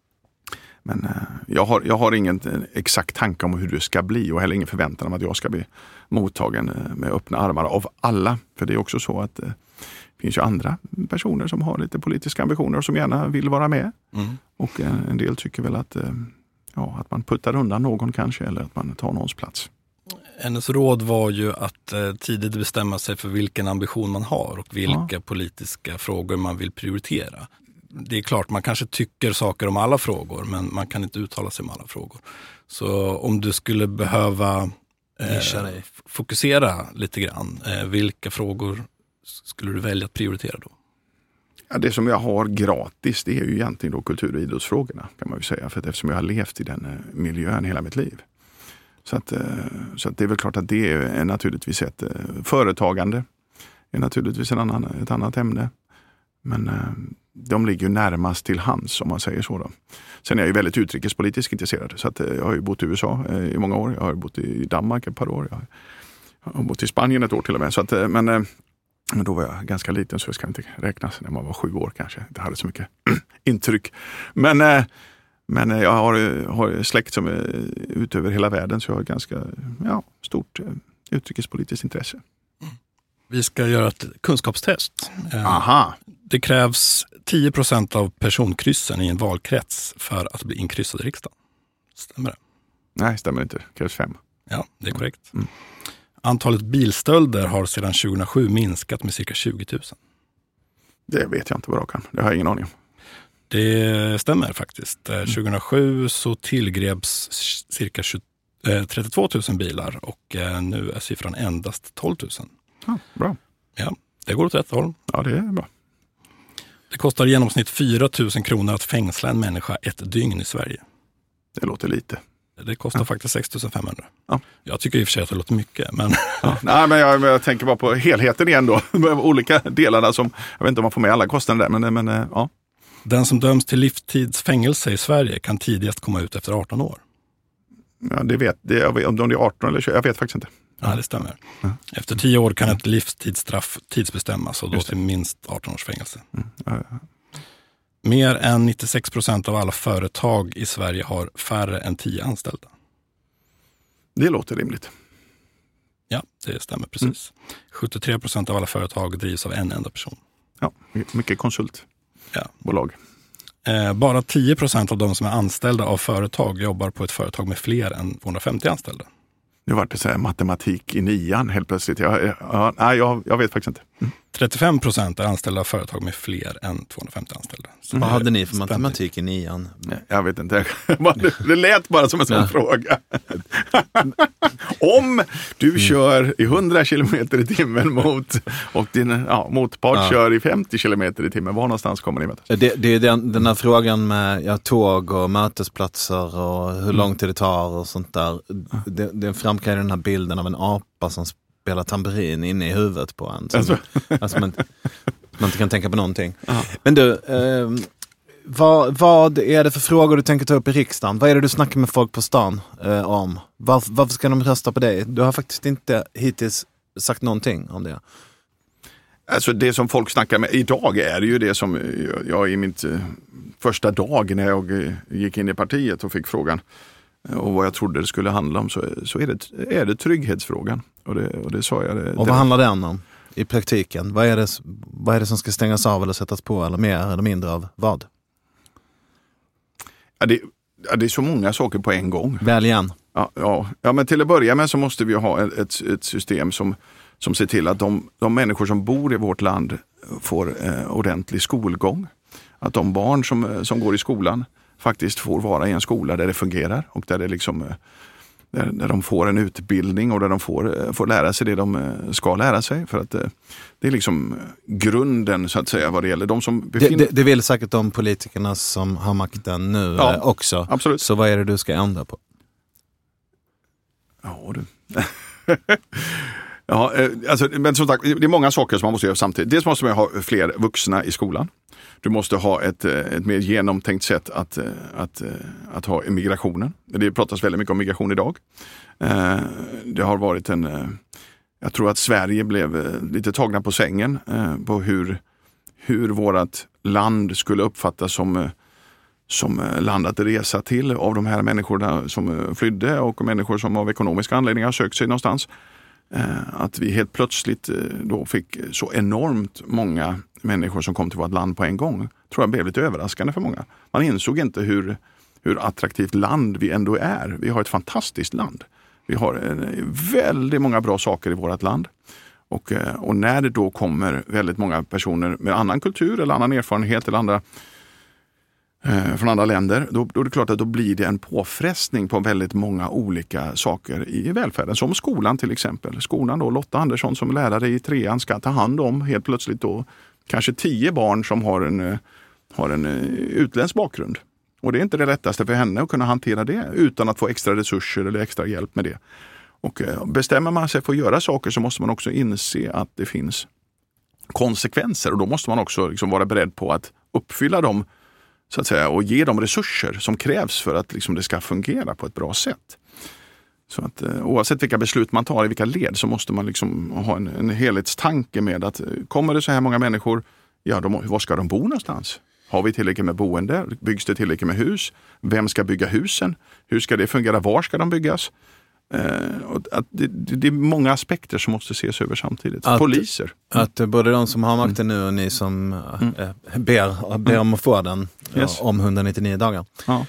men eh, jag, har, jag har ingen exakt tanke om hur det ska bli och heller ingen förväntan om att jag ska bli mottagen med öppna armar av alla. För det är också så att eh, det finns ju andra personer som har lite politiska ambitioner och som gärna vill vara med. Mm. Och eh, en del tycker väl att, eh, ja, att man puttar undan någon kanske eller att man tar någons plats. Hennes råd var ju att eh, tidigt bestämma sig för vilken ambition man har och vilka ja. politiska frågor man vill prioritera. Det är klart, man kanske tycker saker om alla frågor men man kan inte uttala sig om alla frågor. Så om du skulle behöva eh, fokusera lite grann, eh, vilka frågor skulle du välja att prioritera då? Ja, det som jag har gratis det är ju egentligen då kultur- och idrottsfrågorna kan man ju säga. För att eftersom jag har levt i den miljön hela mitt liv. Så, att, så att det är väl klart att det är naturligtvis ett företagande. Det är naturligtvis en annan, ett annat ämne. Men de ligger ju närmast till hands om man säger så då. Sen är jag ju väldigt utrikespolitiskt intresserad. Så att jag har ju bott i U S A i många år. Jag har bott i Danmark ett par år. Jag har bott i Spanien ett år till och med. Så att, men... Men då var jag ganska liten så det ska inte räknas när man var sju år kanske. Det hade så mycket intryck. Men, men jag har, har släkt som är ute över hela världen så jag har ganska ja, stort utrikespolitiskt intresse. Vi ska göra ett kunskapstest. Aha. Det krävs tio procent av personkryssen i en valkrets för att bli inkryssad i riksdagen. Stämmer det? Nej, stämmer inte. Det krävs fem. Ja, det är korrekt. Mm. Antalet bilstölder har sedan tjugohundrasju minskat med cirka tjugo tusen. Det vet jag inte vad jag kan. Det har jag ingen aning om. Det stämmer faktiskt. Mm. tjugohundrasju så tillgreps cirka trettiotvå tusen bilar och nu är siffran endast tolv tusen. Ja, bra. Ja, det går åt rätt håll. Ja, det är bra. Det kostar i genomsnitt fyra tusen kronor att fängsla en människa ett dygn i Sverige. Det låter lite. Det kostar ja. faktiskt sex tusen femhundra. Ja. Jag tycker i och för sig att det låter mycket. Men... Ja. Nej, men jag, jag tänker bara på helheten igen då. Olika delarna som, jag vet inte om man får med alla kostnader där, men, men ja. Den som döms till livstidsfängelse i Sverige kan tidigast komma ut efter arton år. Ja, det vet det, om de är arton eller tjugo, jag vet faktiskt inte. Ja, det stämmer. Ja. Efter tio år kan ett livstidsstraff tidsbestämmas och då till minst arton års fängelse. Mm. Ja, ja. Mer än nittiosex procent av alla företag i Sverige har färre än tio anställda. Det låter rimligt. Ja, det stämmer precis. Mm. sjuttiotre procent av alla företag drivs av en enda person. Ja, mycket konsultbolag. Ja. Eh, bara tio procent av de som är anställda av företag jobbar på ett företag med fler än tvåhundrafemtio anställda. Nu var det så här matematik i nian helt plötsligt. Jag, jag, nej, jag, jag vet faktiskt inte. Mm. trettiofem procent är anställda av företag med fler än tvåhundrafemtio anställda. Så vad hade ni för matematik i nian? Jag vet inte. Det lät bara som en sån fråga. Om du mm. kör i hundra kilometer i timmen mot och din ja, motpart ja. kör i femtio kilometer i timmen, var någonstans kommer ni mötas? Det, det är den, den här frågan med ja, tåg och mötesplatser och hur mm. lång tid det tar och sånt där. Det, det framkallar den här bilden av en apa som spelar tamburin inne i huvudet på en. Så alltså. Alltså man, man inte kan tänka på någonting. Aha. Men du, eh, vad, vad är det för frågor du tänker ta upp i riksdagen? Vad är det du snackar med folk på stan eh, om? Var, varför ska de rösta på dig? Du har faktiskt inte hittills sagt någonting om det. Alltså det som folk snackar med idag är ju det som jag i mitt första dag när jag gick in i partiet och fick frågan och vad jag trodde det skulle handla om, så, så är, det, är det trygghetsfrågan. Och det, och det sa jag. Det, och vad det, handlar den om i praktiken? Vad är, det, vad är det som ska stängas av eller sättas på, eller mer eller mindre av vad? Ja, det, ja, det är så många saker på en gång. Väl igen. Ja, ja, ja, men till att börja med så måste vi ha ett, ett system som, som ser till att de, de människor som bor i vårt land får eh, ordentlig skolgång. Att de barn som, som går i skolan faktiskt får vara i en skola där det fungerar och där det liksom där, där de får en utbildning och där de får, får lära sig det de ska lära sig. För att det är liksom grunden så att säga vad det gäller. De som befinner... det, det, det vill säkert de politikerna som har makten nu ja, också. Absolut. Så vad är det du ska ändra på? Ja du. Ja, alltså, men som sagt, det är många saker som man måste göra samtidigt. Dels måste man ha fler vuxna i skolan. Du måste ha ett, ett mer genomtänkt sätt att, att, att ha migrationen. Det pratas väldigt mycket om migration idag. Det har varit en... Jag tror att Sverige blev lite tagna på sängen på hur, hur vårt land skulle uppfattas som, som land att resa till av de här människorna som flydde och människor som av ekonomiska anledningar sökt sig någonstans. Att vi helt plötsligt då fick så enormt många människor som kom till vårt land på en gång, tror jag blev lite överraskande för många. Man insåg inte hur, hur attraktivt land vi ändå är. Vi har ett fantastiskt land. Vi har väldigt många bra saker i vårt land. Och, och när det då kommer väldigt många personer med annan kultur eller annan erfarenhet eller andra, eh, från andra länder, då, då är det klart att då blir det en påfrestning på väldigt många olika saker i välfärden. Som skolan till exempel. Skolan då, Lotta Andersson som lärare i trean ska ta hand om helt plötsligt då kanske tio barn som har en, har en utländsk bakgrund. Och det är inte det lättaste för henne att kunna hantera det utan att få extra resurser eller extra hjälp med det. Och bestämmer man sig för att göra saker så måste man också inse att det finns konsekvenser. Och då måste man också liksom vara beredd på att uppfylla dem så att säga, och ge dem resurser som krävs för att liksom det ska fungera på ett bra sätt. Så att oavsett vilka beslut man tar i vilka led så måste man liksom ha en, en helhetstanke med att kommer det så här många människor, ja, de, var ska de bo någonstans? Har vi tillräckligt med boende? Byggs det tillräckligt med hus? Vem ska bygga husen? Hur ska det fungera? Var ska de byggas? Eh, och att det, det är många aspekter som måste ses över samtidigt. Att, Poliser. Att både de som har makten nu och ni som mm. äh, ber, ber om att få den yes. om etthundranittionio dagar. Ja.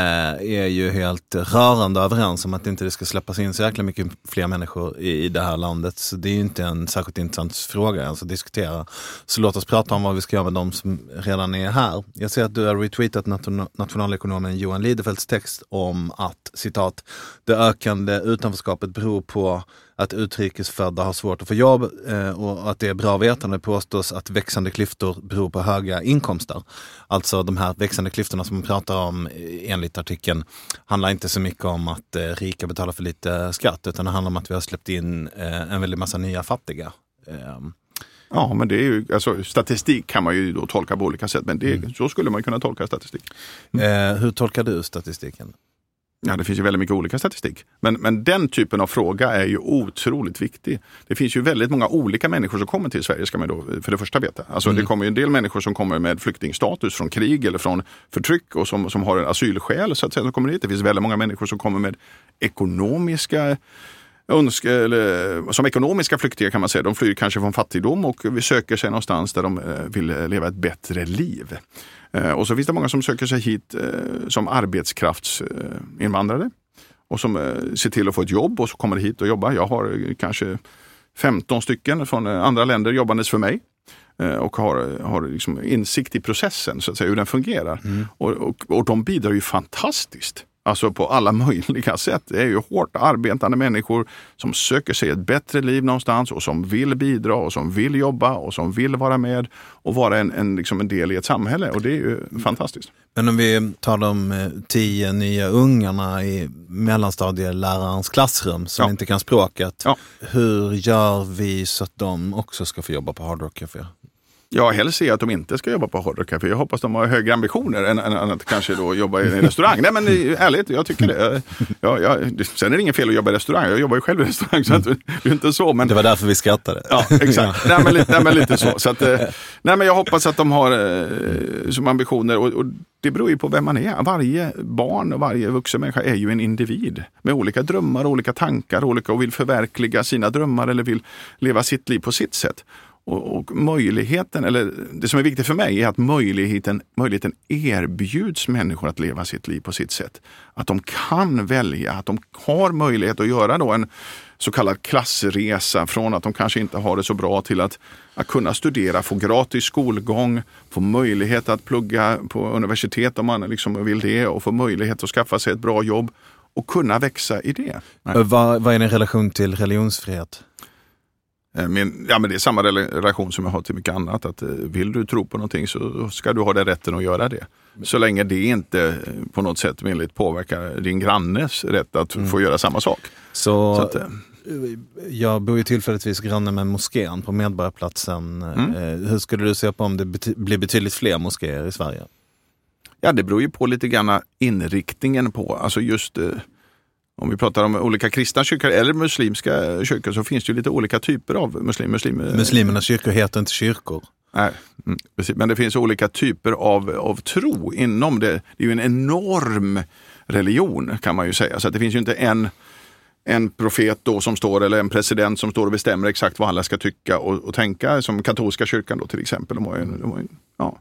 är ju helt rörande överens om att inte det ska släppas in så jäkla mycket fler människor i, i det här landet. Så det är ju inte en särskilt intressant fråga ens att diskutera. Så låt oss prata om vad vi ska göra med de som redan är här. Jag ser att du har retweetat nation- nationalekonomen Johan Lidefeldts text om att, citat, det ökande utanförskapet beror på att utrikesfödda har svårt att få jobb eh, och att det är bra vetande påstås att växande klyftor beror på höga inkomster. Alltså de här växande klyftorna som man pratar om enligt artikeln handlar inte så mycket om att eh, rika betalar för lite skatt, utan det handlar om att vi har släppt in eh, en väldigt massa nya fattiga. Eh. Ja, men det är ju, alltså, statistik kan man ju då tolka på olika sätt, men det, mm. så skulle man kunna tolka statistik. Mm. Eh, hur tolkar du statistiken? Ja, det finns ju väldigt mycket olika statistik. Men, men den typen av fråga är ju otroligt viktig. Det finns ju väldigt många olika människor som kommer till Sverige, ska man då för det första veta. Alltså mm. det kommer ju en del människor som kommer med flyktingstatus från krig eller från förtryck och som, som har en asylskäl så att säga, som kommer hit. Det finns väldigt många människor som kommer med ekonomiska önska, eller, som ekonomiska flyktingar kan man säga. De flyr kanske från fattigdom och vi söker sig någonstans där de vill leva ett bättre liv. Och så finns det många som söker sig hit som arbetskraftsinvandrare och som ser till att få ett jobb och så kommer hit och jobbar. Jag har kanske femton stycken från andra länder jobbandes för mig och har, har liksom insikt i processen, så att säga, hur den fungerar. Mm. Och, och, och de bidrar ju fantastiskt. Alltså på alla möjliga sätt. Det är ju hårt arbetande människor som söker sig ett bättre liv någonstans och som vill bidra och som vill jobba och som vill vara med och vara en, en, liksom en del i ett samhälle. Och det är ju fantastiskt. Men om vi tar de tio nya ungarna i mellanstadielärarens klassrum som ja. inte kan språket. Ja. Hur gör vi så att de också ska få jobba på Hard Rock Café? Jag helst ser att de inte ska jobba på Hard Rock Café. Jag hoppas de har högre ambitioner än, än att kanske då jobba i en restaurang. Nej, men ärligt, jag tycker det. Jag, jag, sen är det ingen fel att jobba i restaurang. Jag jobbar ju själv i restaurang, så att, det är inte så. Men, det var därför vi skrattade. Ja, exakt. nej, men, nej, men lite så. så att, nej, men jag hoppas att de har eh, som ambitioner. Och, och det beror ju på vem man är. Varje barn och varje vuxen människa är ju en individ. Med olika drömmar, olika tankar, olika, och vill förverkliga sina drömmar eller vill leva sitt liv på sitt sätt. Och, och möjligheten, eller det som är viktigt för mig är att möjligheten, möjligheten erbjuds människor att leva sitt liv på sitt sätt. Att de kan välja, att de har möjlighet att göra då en så kallad klassresa från att de kanske inte har det så bra till att, att kunna studera, få gratis skolgång, få möjlighet att plugga på universitet om man liksom vill det och få möjlighet att skaffa sig ett bra jobb och kunna växa i det. Vad, vad är din relation till religionsfrihet? Men, ja, men det är samma relation som jag har till mycket annat. Att vill du tro på någonting så ska du ha den rätten att göra det. Så länge det inte på något sätt möjligt påverkar din grannes rätt att mm. få göra samma sak. Så, så att, Jag bor ju tillfälligtvis granne med moskén på Medborgarplatsen. Mm. Hur skulle du se på om det bety- blir betydligt fler moskéer i Sverige? Ja, det beror ju på lite grann inriktningen på, alltså just eh, om vi pratar om olika kristna kyrkor eller muslimska kyrkor så finns det ju lite olika typer av muslim, muslim, Muslimernas kyrkor heter inte kyrkor. Nej, mm, precis. Men det finns olika typer av, av tro inom det. Det är ju en enorm religion kan man ju säga. Så att det finns ju inte en, en profet då som står eller en president som står och bestämmer exakt vad alla ska tycka och, och tänka. Som katolska kyrkan då till exempel. De har ju, de har ju, ja.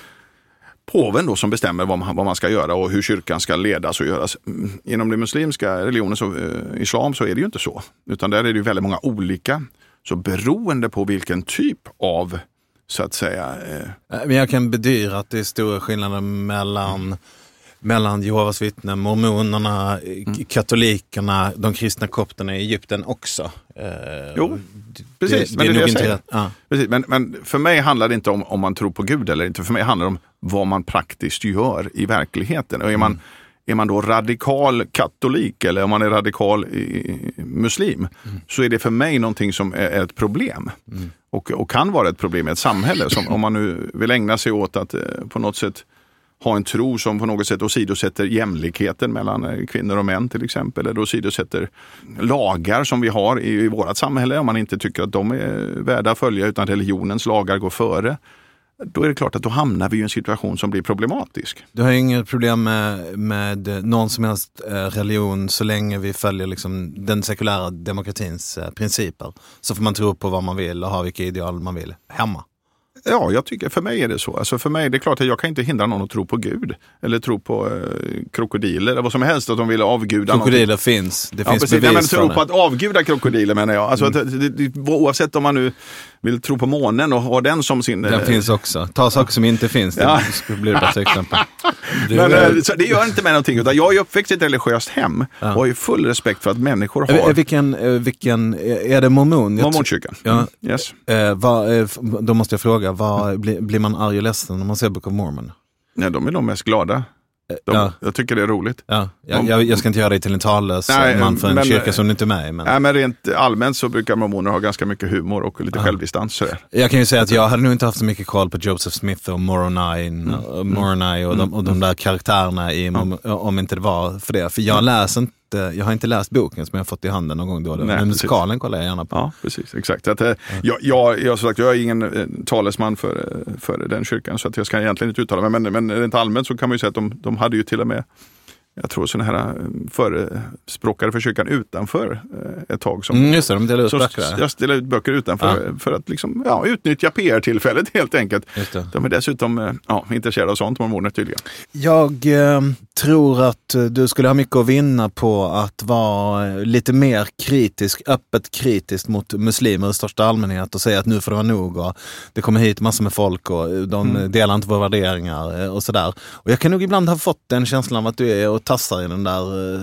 Påven då som bestämmer vad man, vad man ska göra och hur kyrkan ska ledas och göras. Inom den muslimska religionen, så, eh, islam, så är det ju inte så. Utan där är det ju väldigt många olika. Så beroende på vilken typ av, så att säga... Eh... Men jag kan bedyra att det är stora skillnader mellan, mm. mellan Jehovas vittnen, mormonerna, mm. katolikerna, de kristna kopterna i Egypten också. Eh, jo, precis. Det, men, det det är är nog det inte, ja. precis. Men, men för mig handlar det inte om om man tror på Gud eller inte. För mig handlar det om vad man praktiskt gör i verkligheten. Och är man, mm. är man då radikal katolik eller om man är radikal i, muslim mm. så är det för mig någonting som är, är ett problem. Mm. Och, och kan vara ett problem i ett samhälle. Som, om man nu vill ägna sig åt att eh, på något sätt ha en tro som på något sätt åsidosätter jämlikheten mellan kvinnor och män till exempel. Eller åsidosätter lagar som vi har i, i vårt samhälle. Om man inte tycker att de är värda att följa utan religionens lagar går före. Då är det klart att då hamnar vi i en situation som blir problematisk. Du har ju inget problem med, med någon som helst religion så länge vi följer liksom den sekulära demokratins principer. Så får man tro på vad man vill och ha vilka ideal man vill hemma. Ja, jag tycker, för mig är det så. Alltså för mig, det är klart att jag kan inte hindra någon att tro på Gud. Eller tro på eh, krokodiler, eller vad som helst, att de vill avguda krokodiler någonting. Finns, det ja, finns precis. bevis. Nej, men tro för på att avguda krokodiler menar jag. Alltså mm. att, det, det, oavsett om man nu vill tro på månen och ha den som sin... Den eh, finns också. Ta saker som inte finns, det ja. skulle bli det bästa exempel. Det, men, är... så det gör inte med någonting, utan jag är uppväxt i ett religiöst hem ja. och har ju full respekt för att människor har... Vilken, vilken är det mormon? Mormonkyrkan. Ja. Yes. Eh, vad, då måste jag fråga, vad, blir, blir man arg och ledsen när man ser Book of Mormon? Nej, de är de mest glada. De, ja. Jag tycker det är roligt. Ja. Jag, jag, jag ska inte göra dig till en talös nej, man för en men, kyrka som du inte är med i. Men... Nej, men rent allmänt så brukar mormoner ha ganska mycket humor och lite ja. självdistans. Sådär. Jag kan ju säga att jag hade nog inte haft så mycket koll på Joseph Smith och Moroni mm. och, Moroni och, de, och de där karaktärerna i, mm. om, om inte det var för det. För jag läser inte, jag har inte läst boken som jag har fått i handen någon gång då. Nej, men musikalen kollar jag gärna på. Ja, precis. Exakt. Att, mm. jag, jag, jag, sagt, jag är ingen eh, talesman för, för den kyrkan så att jag ska egentligen inte uttala mig. Men, men rent allmänt så kan man ju säga att de, de hade ju till och med jag tror sådana här förespråkare för kyrkan utanför ett tag. Som, mm, just det, de delar ut böcker. Jag delar ut böcker utanför ja. för att liksom, ja, utnyttja P R-tillfället helt enkelt. De är dessutom ja, intresserade av sånt, mormoner tydligen. Jag eh, tror att du skulle ha mycket att vinna på att vara lite mer kritisk, öppet kritisk mot muslimer i största allmänhet och säga att nu får det vara nog och det kommer hit massor med folk och de mm. delar inte våra värderingar och sådär. Och jag kan nog ibland ha fått den känslan av att du är och tassar i den där,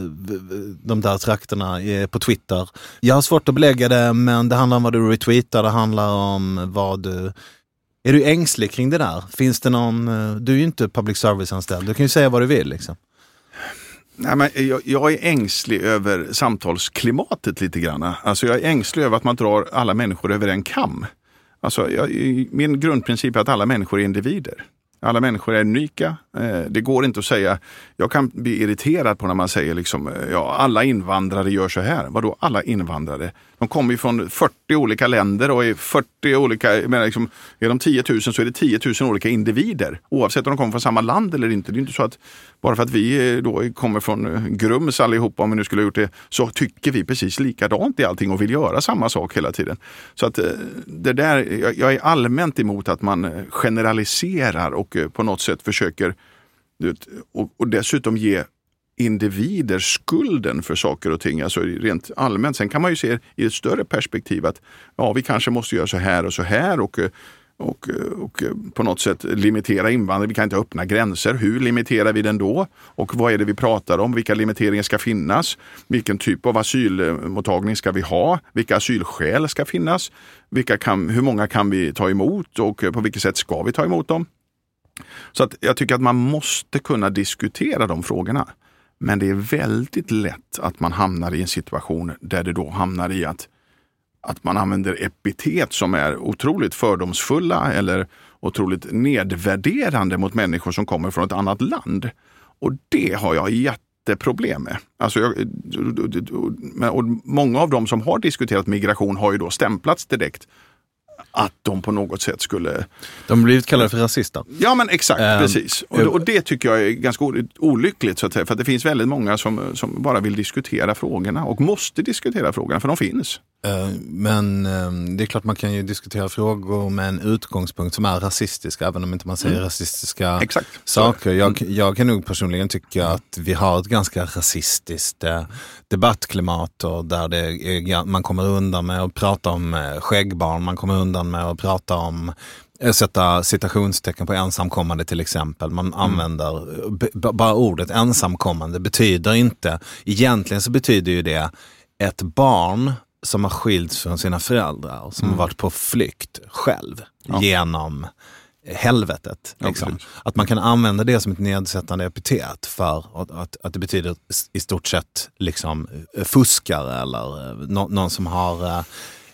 de där trakterna på Twitter. Jag har svårt att belägga det, men det handlar om vad du retweetar, det handlar om vad du... Är du ängslig kring det där? Finns det någon... Du är ju inte public service-anställd, du kan ju säga vad du vill liksom. Nej, men jag, jag är ängslig över samtalsklimatet lite grann. Alltså jag är ängslig över att man drar alla människor över en kam. Alltså jag, min grundprincip är att alla människor är individer. Alla människor är unika. Det går inte att säga, jag kan bli irriterad på när man säger liksom, ja, alla invandrare gör så här. Vadå alla invandrare? De kommer ju från fyrtio olika länder och är fyrtio olika, men liksom, är de tio tusen så är det tio tusen olika individer. Oavsett om de kommer från samma land eller inte. Det är inte så att bara för att vi då kommer från Grums allihopa, om vi nu skulle ha gjort det, så tycker vi precis likadant i allting och vill göra samma sak hela tiden. Så att det där, jag är allmänt emot att man generaliserar och på något sätt försöker och, och dessutom ge individer skulden för saker och ting, alltså rent allmänt. Sen kan man ju se i ett större perspektiv att ja, vi kanske måste göra så här och så här och, och, och på något sätt limitera invandring. Vi kan inte öppna gränser. Hur limiterar vi den då? Och vad är det vi pratar om? Vilka limiteringar ska finnas? Vilken typ av asylmottagning ska vi ha? Vilka asylskäl ska finnas? Vilka kan, hur många kan vi ta emot och på vilket sätt ska vi ta emot dem? Så att jag tycker att man måste kunna diskutera de frågorna. Men det är väldigt lätt att man hamnar i en situation där det då hamnar i att, att man använder epitet som är otroligt fördomsfulla eller otroligt nedvärderande mot människor som kommer från ett annat land. Och det har jag jätteproblem med. Alltså jag, och många av dem som har diskuterat migration har ju då stämplats direkt att de på något sätt skulle... De har blivit kallade för rasister. Ja, men exakt, um, precis. Och, och det tycker jag är ganska olyckligt, så att säga, för att det finns väldigt många som, som bara vill diskutera frågorna och måste diskutera frågorna, för de finns. Uh, men um, det är klart man kan ju diskutera frågor med en utgångspunkt som är rasistisk, även om inte man säger mm. rasistiska exakt. saker. Jag, jag kan nog personligen tycka att vi har ett ganska rasistiskt uh, debattklimat, och där det är, man kommer undan med att prata om uh, skäggbarn, man kommer undan med att prata om sätta citationstecken på ensamkommande till exempel. Man mm. använder b- bara ordet ensamkommande betyder inte, egentligen så betyder ju det ett barn som har skilts från sina föräldrar, som mm. har varit på flykt själv ja. genom helvetet. Liksom. Ja, att man kan använda det som ett nedsättande epitet för att, att, att det betyder i stort sett liksom fuskare eller no, någon som har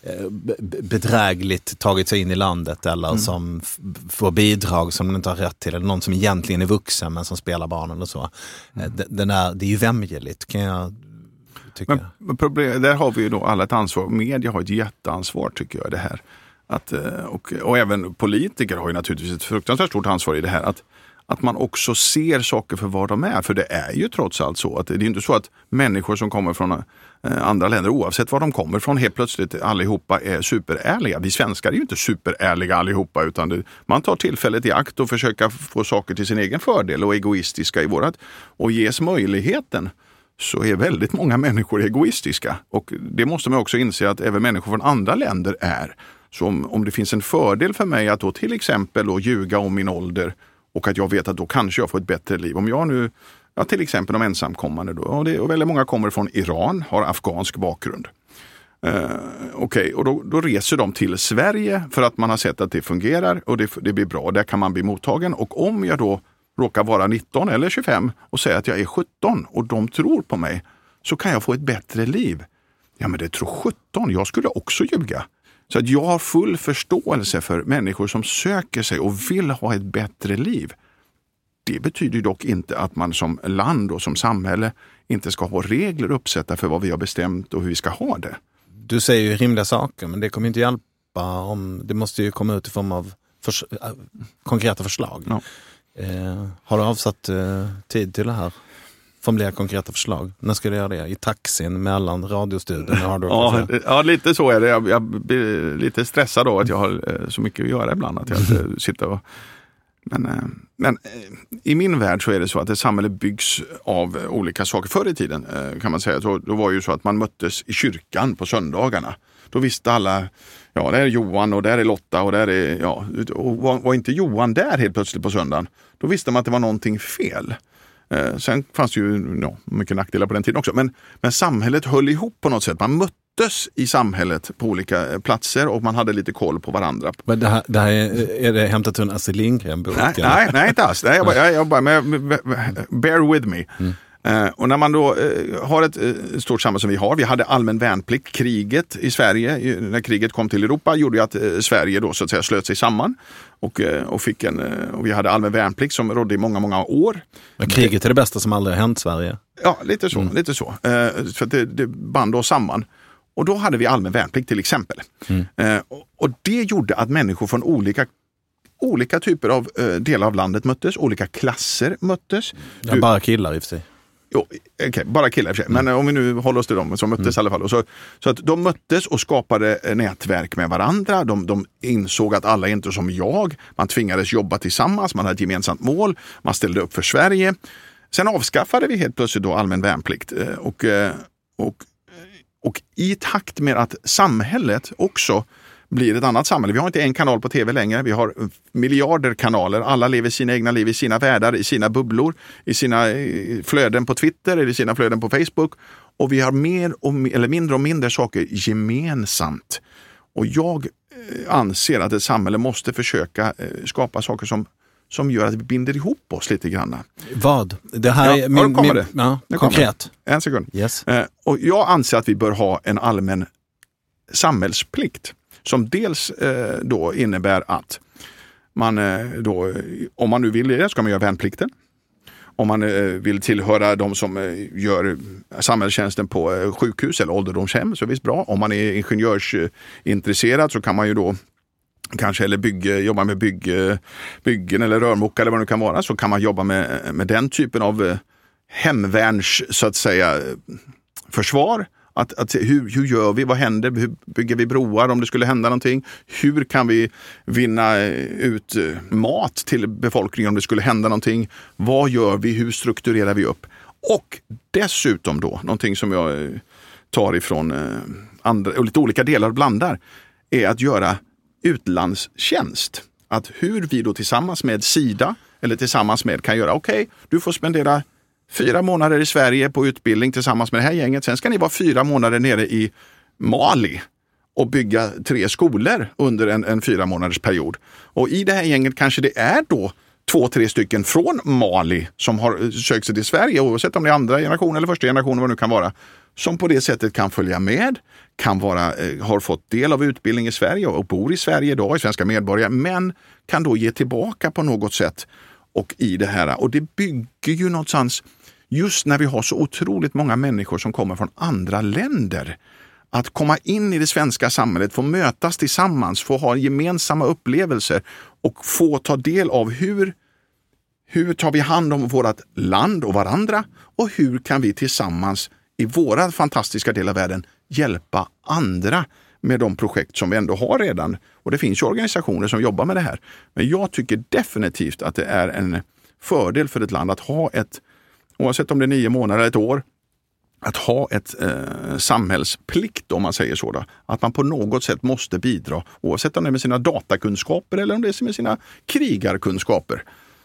bedrägligt tagit sig in i landet eller mm. som f- får bidrag som de inte har rätt till, eller någon som egentligen är vuxen men som spelar barnen och så. Mm. Den är, det är ju vämjeligt, kan jag tycka. Men problem, där har vi ju då alla ett ansvar. Media har ett jätteansvar, tycker jag, det här. Att, och, och även politiker har ju naturligtvis ett fruktansvärt stort ansvar i det här. Att, att man också ser saker för vad de är. För det är ju trots allt så att det är inte så att människor som kommer från andra länder, oavsett var de kommer från, helt plötsligt allihopa är superärliga. Vi svenskar är ju inte superärliga allihopa, utan det, man tar tillfället i akt och försöker få saker till sin egen fördel och egoistiska i vårat. Och ges möjligheten så är väldigt många människor egoistiska. Och det måste man också inse att även människor från andra länder är. Så om, om det finns en fördel för mig att då till exempel då ljuga om min ålder och att jag vet att då kanske jag får ett bättre liv. Om jag nu, ja, till exempel de ensamkommande då, och, det, och väldigt många kommer från Iran, har afghansk bakgrund. Uh, Okej, okay, och då, då reser de till Sverige för att man har sett att det fungerar och det, det blir bra. Där kan man bli mottagen. Och om jag då råkar vara nitton eller tjugofem och säga att jag är sjutton och de tror på mig, så kan jag få ett bättre liv. Ja, men det tror sjutton, jag skulle också ljuga. Så att jag har full förståelse för människor som söker sig och vill ha ett bättre liv. Det betyder dock inte att man som land och som samhälle inte ska ha regler uppsätta för vad vi har bestämt och hur vi ska ha det. Du säger ju rimliga saker, men det kommer inte hjälpa om det måste ju komma ut i form av förs- äh, konkreta förslag. Ja. Eh, har du avsatt eh, tid till det här? Formulera konkreta förslag. När ska du göra det? I taxin mellan radiostudion? Har du ja, ja, lite så är det. Jag, jag blir lite stressad då att jag har eh, så mycket att göra ibland. Att jag inte sitter och... Men, eh, men eh, i min värld så är det så att ett samhälle byggs av eh, olika saker. Förr i tiden eh, kan man säga, då, då var det ju så att man möttes i kyrkan på söndagarna. Då visste alla, ja, där är Johan och där är Lotta och där är, ja, och var, var inte Johan där helt plötsligt på söndagen, då visste man att det var någonting fel. Eh, sen fanns det ju ja, mycket nackdelar på den tiden också, men, men samhället höll ihop på något sätt. Man möttes i samhället på olika platser och man hade lite koll på varandra. Men det här, det här är, är det hämtat ur en Astrid Lindgren-bok? Nej, nej, nej, inte alls. Nej, jag bara, jag, jag bara med, bear with me. Mm. Uh, och när man då uh, har ett uh, stort samhälle som vi har, vi hade allmän värnplikt, kriget i Sverige, uh, när kriget kom till Europa gjorde ju att uh, Sverige då så att säga slöt sig samman och, uh, och, fick en, uh, och vi hade allmän värnplikt som rådde i många, många år. Men kriget är det bästa som aldrig har hänt Sverige? Ja, lite så. Mm. Lite så. Uh, för att det, det band oss samman. Och då hade vi allmän värnplikt till exempel. Mm. Uh, och, och det gjorde att människor från olika olika typer av uh, delar av landet möttes, olika klasser möttes. Ja, du, bara killar i och för sig. Jo, okay, bara killar i och för sig. Men mm. om vi nu håller oss till dem som möttes mm. i alla fall. Och så, så att de möttes och skapade nätverk med varandra. De, de insåg att alla är inte som jag. Man tvingades jobba tillsammans. Man hade ett gemensamt mål. Man ställde upp för Sverige. Sen avskaffade vi helt plötsligt då allmän värnplikt. Och, och, och i takt med att samhället också blir ett annat samhälle. Vi har inte en kanal på tv längre. Vi har miljarder kanaler. Alla lever sina egna liv i sina världar, i sina bubblor, i sina flöden på Twitter eller i sina flöden på Facebook. Och vi har mer och, eller mindre och mindre saker gemensamt. Och jag anser att ett samhälle måste försöka skapa saker som, som gör att vi binder ihop oss lite grann. Vad? Det här Ja, är min, kommer min, det. ja, Nu konkret. kommer. En sekund. Yes. Eh, och jag anser att vi bör ha en allmän samhällsplikt som dels eh, då innebär att man eh, då, om man nu vill det, ska man göra värnplikten. Om man eh, vill tillhöra de som eh, gör samhällstjänsten på eh, sjukhus eller ålderdomshem så är det visst bra. Om man är ingenjörsintresserad så kan man ju då kanske eller bygge, jobba med bygg, byggen eller rörmokare eller vad det kan vara, så kan man jobba med, med den typen av eh, hemvärns så att säga försvar. Att, att, hur, hur gör vi? Vad händer? Hur bygger vi broar om det skulle hända någonting? Hur kan vi vinna ut mat till befolkningen om det skulle hända någonting? Vad gör vi? Hur strukturerar vi upp? Och dessutom då, någonting som jag tar ifrån andra, och lite olika delar och blandar, är att göra utlandstjänst. Att hur vi då tillsammans med Sida eller tillsammans med kan göra, okej, okay, du får spendera fyra månader i Sverige på utbildning tillsammans med det här gänget. Sen ska ni vara fyra månader nere i Mali och bygga tre skolor under en, en fyra månaders period. Och i det här gänget kanske det är då två, tre stycken från Mali som har sökt sig till Sverige, oavsett om det är andra generation eller första generation, vad det nu kan vara, som på det sättet kan följa med, kan vara, eh, har fått del av utbildning i Sverige och bor i Sverige idag, i svenska medborgare, men kan då ge tillbaka på något sätt och i det här. Och det bygger ju någonstans, just när vi har så otroligt många människor som kommer från andra länder, att komma in i det svenska samhället, få mötas tillsammans, få ha gemensamma upplevelser och få ta del av hur, hur tar vi hand om vårt land och varandra och hur kan vi tillsammans i våra fantastiska del av världen hjälpa andra med de projekt som vi ändå har redan. Och det finns ju organisationer som jobbar med det här. Men jag tycker definitivt att det är en fördel för ett land att ha ett, oavsett om det är nio månader eller ett år, att ha ett eh, samhällsplikt, om man säger så då. Att man på något sätt måste bidra, oavsett om det är med sina datakunskaper eller om det är med sina krigarkunskaper.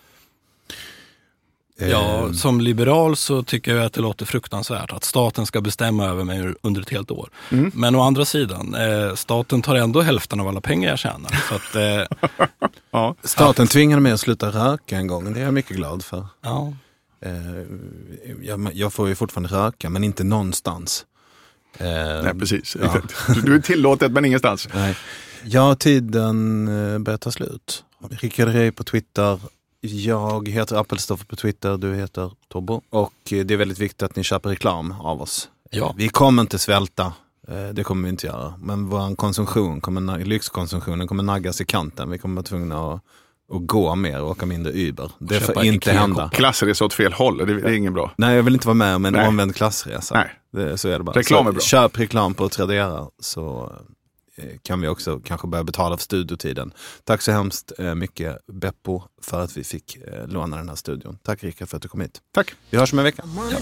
Ja, som liberal så tycker jag att det låter fruktansvärt att staten ska bestämma över mig under ett helt år. Mm. Men å andra sidan, eh, staten tar ändå hälften av alla pengar jag tjänar. Så att, eh, ja. Staten tvingade mig att sluta röka en gång, det är jag mycket glad för. Ja. Jag, jag får ju fortfarande röka, men inte någonstans. Nej, precis. Ja. Du är tillåtet, men ingenstans. Nej. Ja, tiden börjar ta slut. Rickard Rey på Twitter. Jag heter Appelstoffer på Twitter. Du heter Tobbo. Och det är väldigt viktigt att ni köper reklam av oss. Ja. Vi kommer inte svälta. Det kommer vi inte göra. Men vår konsumtion, kommer, lyxkonsumtionen kommer naggas i kanten. Vi kommer vara tvungna att och gå mer och åka mindre Uber. Det får inte hända. Klassresa åt fel håll, det, det är ingen bra. Nej, jag vill inte vara med om en Nej. omvänd klassresa. Nej. Det, så är det bara. Reklam är bra. Så, köp reklam på Tradera så eh, kan vi också kanske börja betala för studiotiden. Tack så hemskt eh, mycket Beppo för att vi fick eh, låna den här studion. Tack Rickard för att du kom hit. Tack. Vi hörs om en vecka.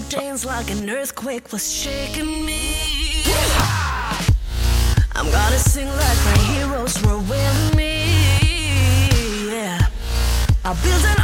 I'm gonna sing like my heroes were with me. Yeah, I built an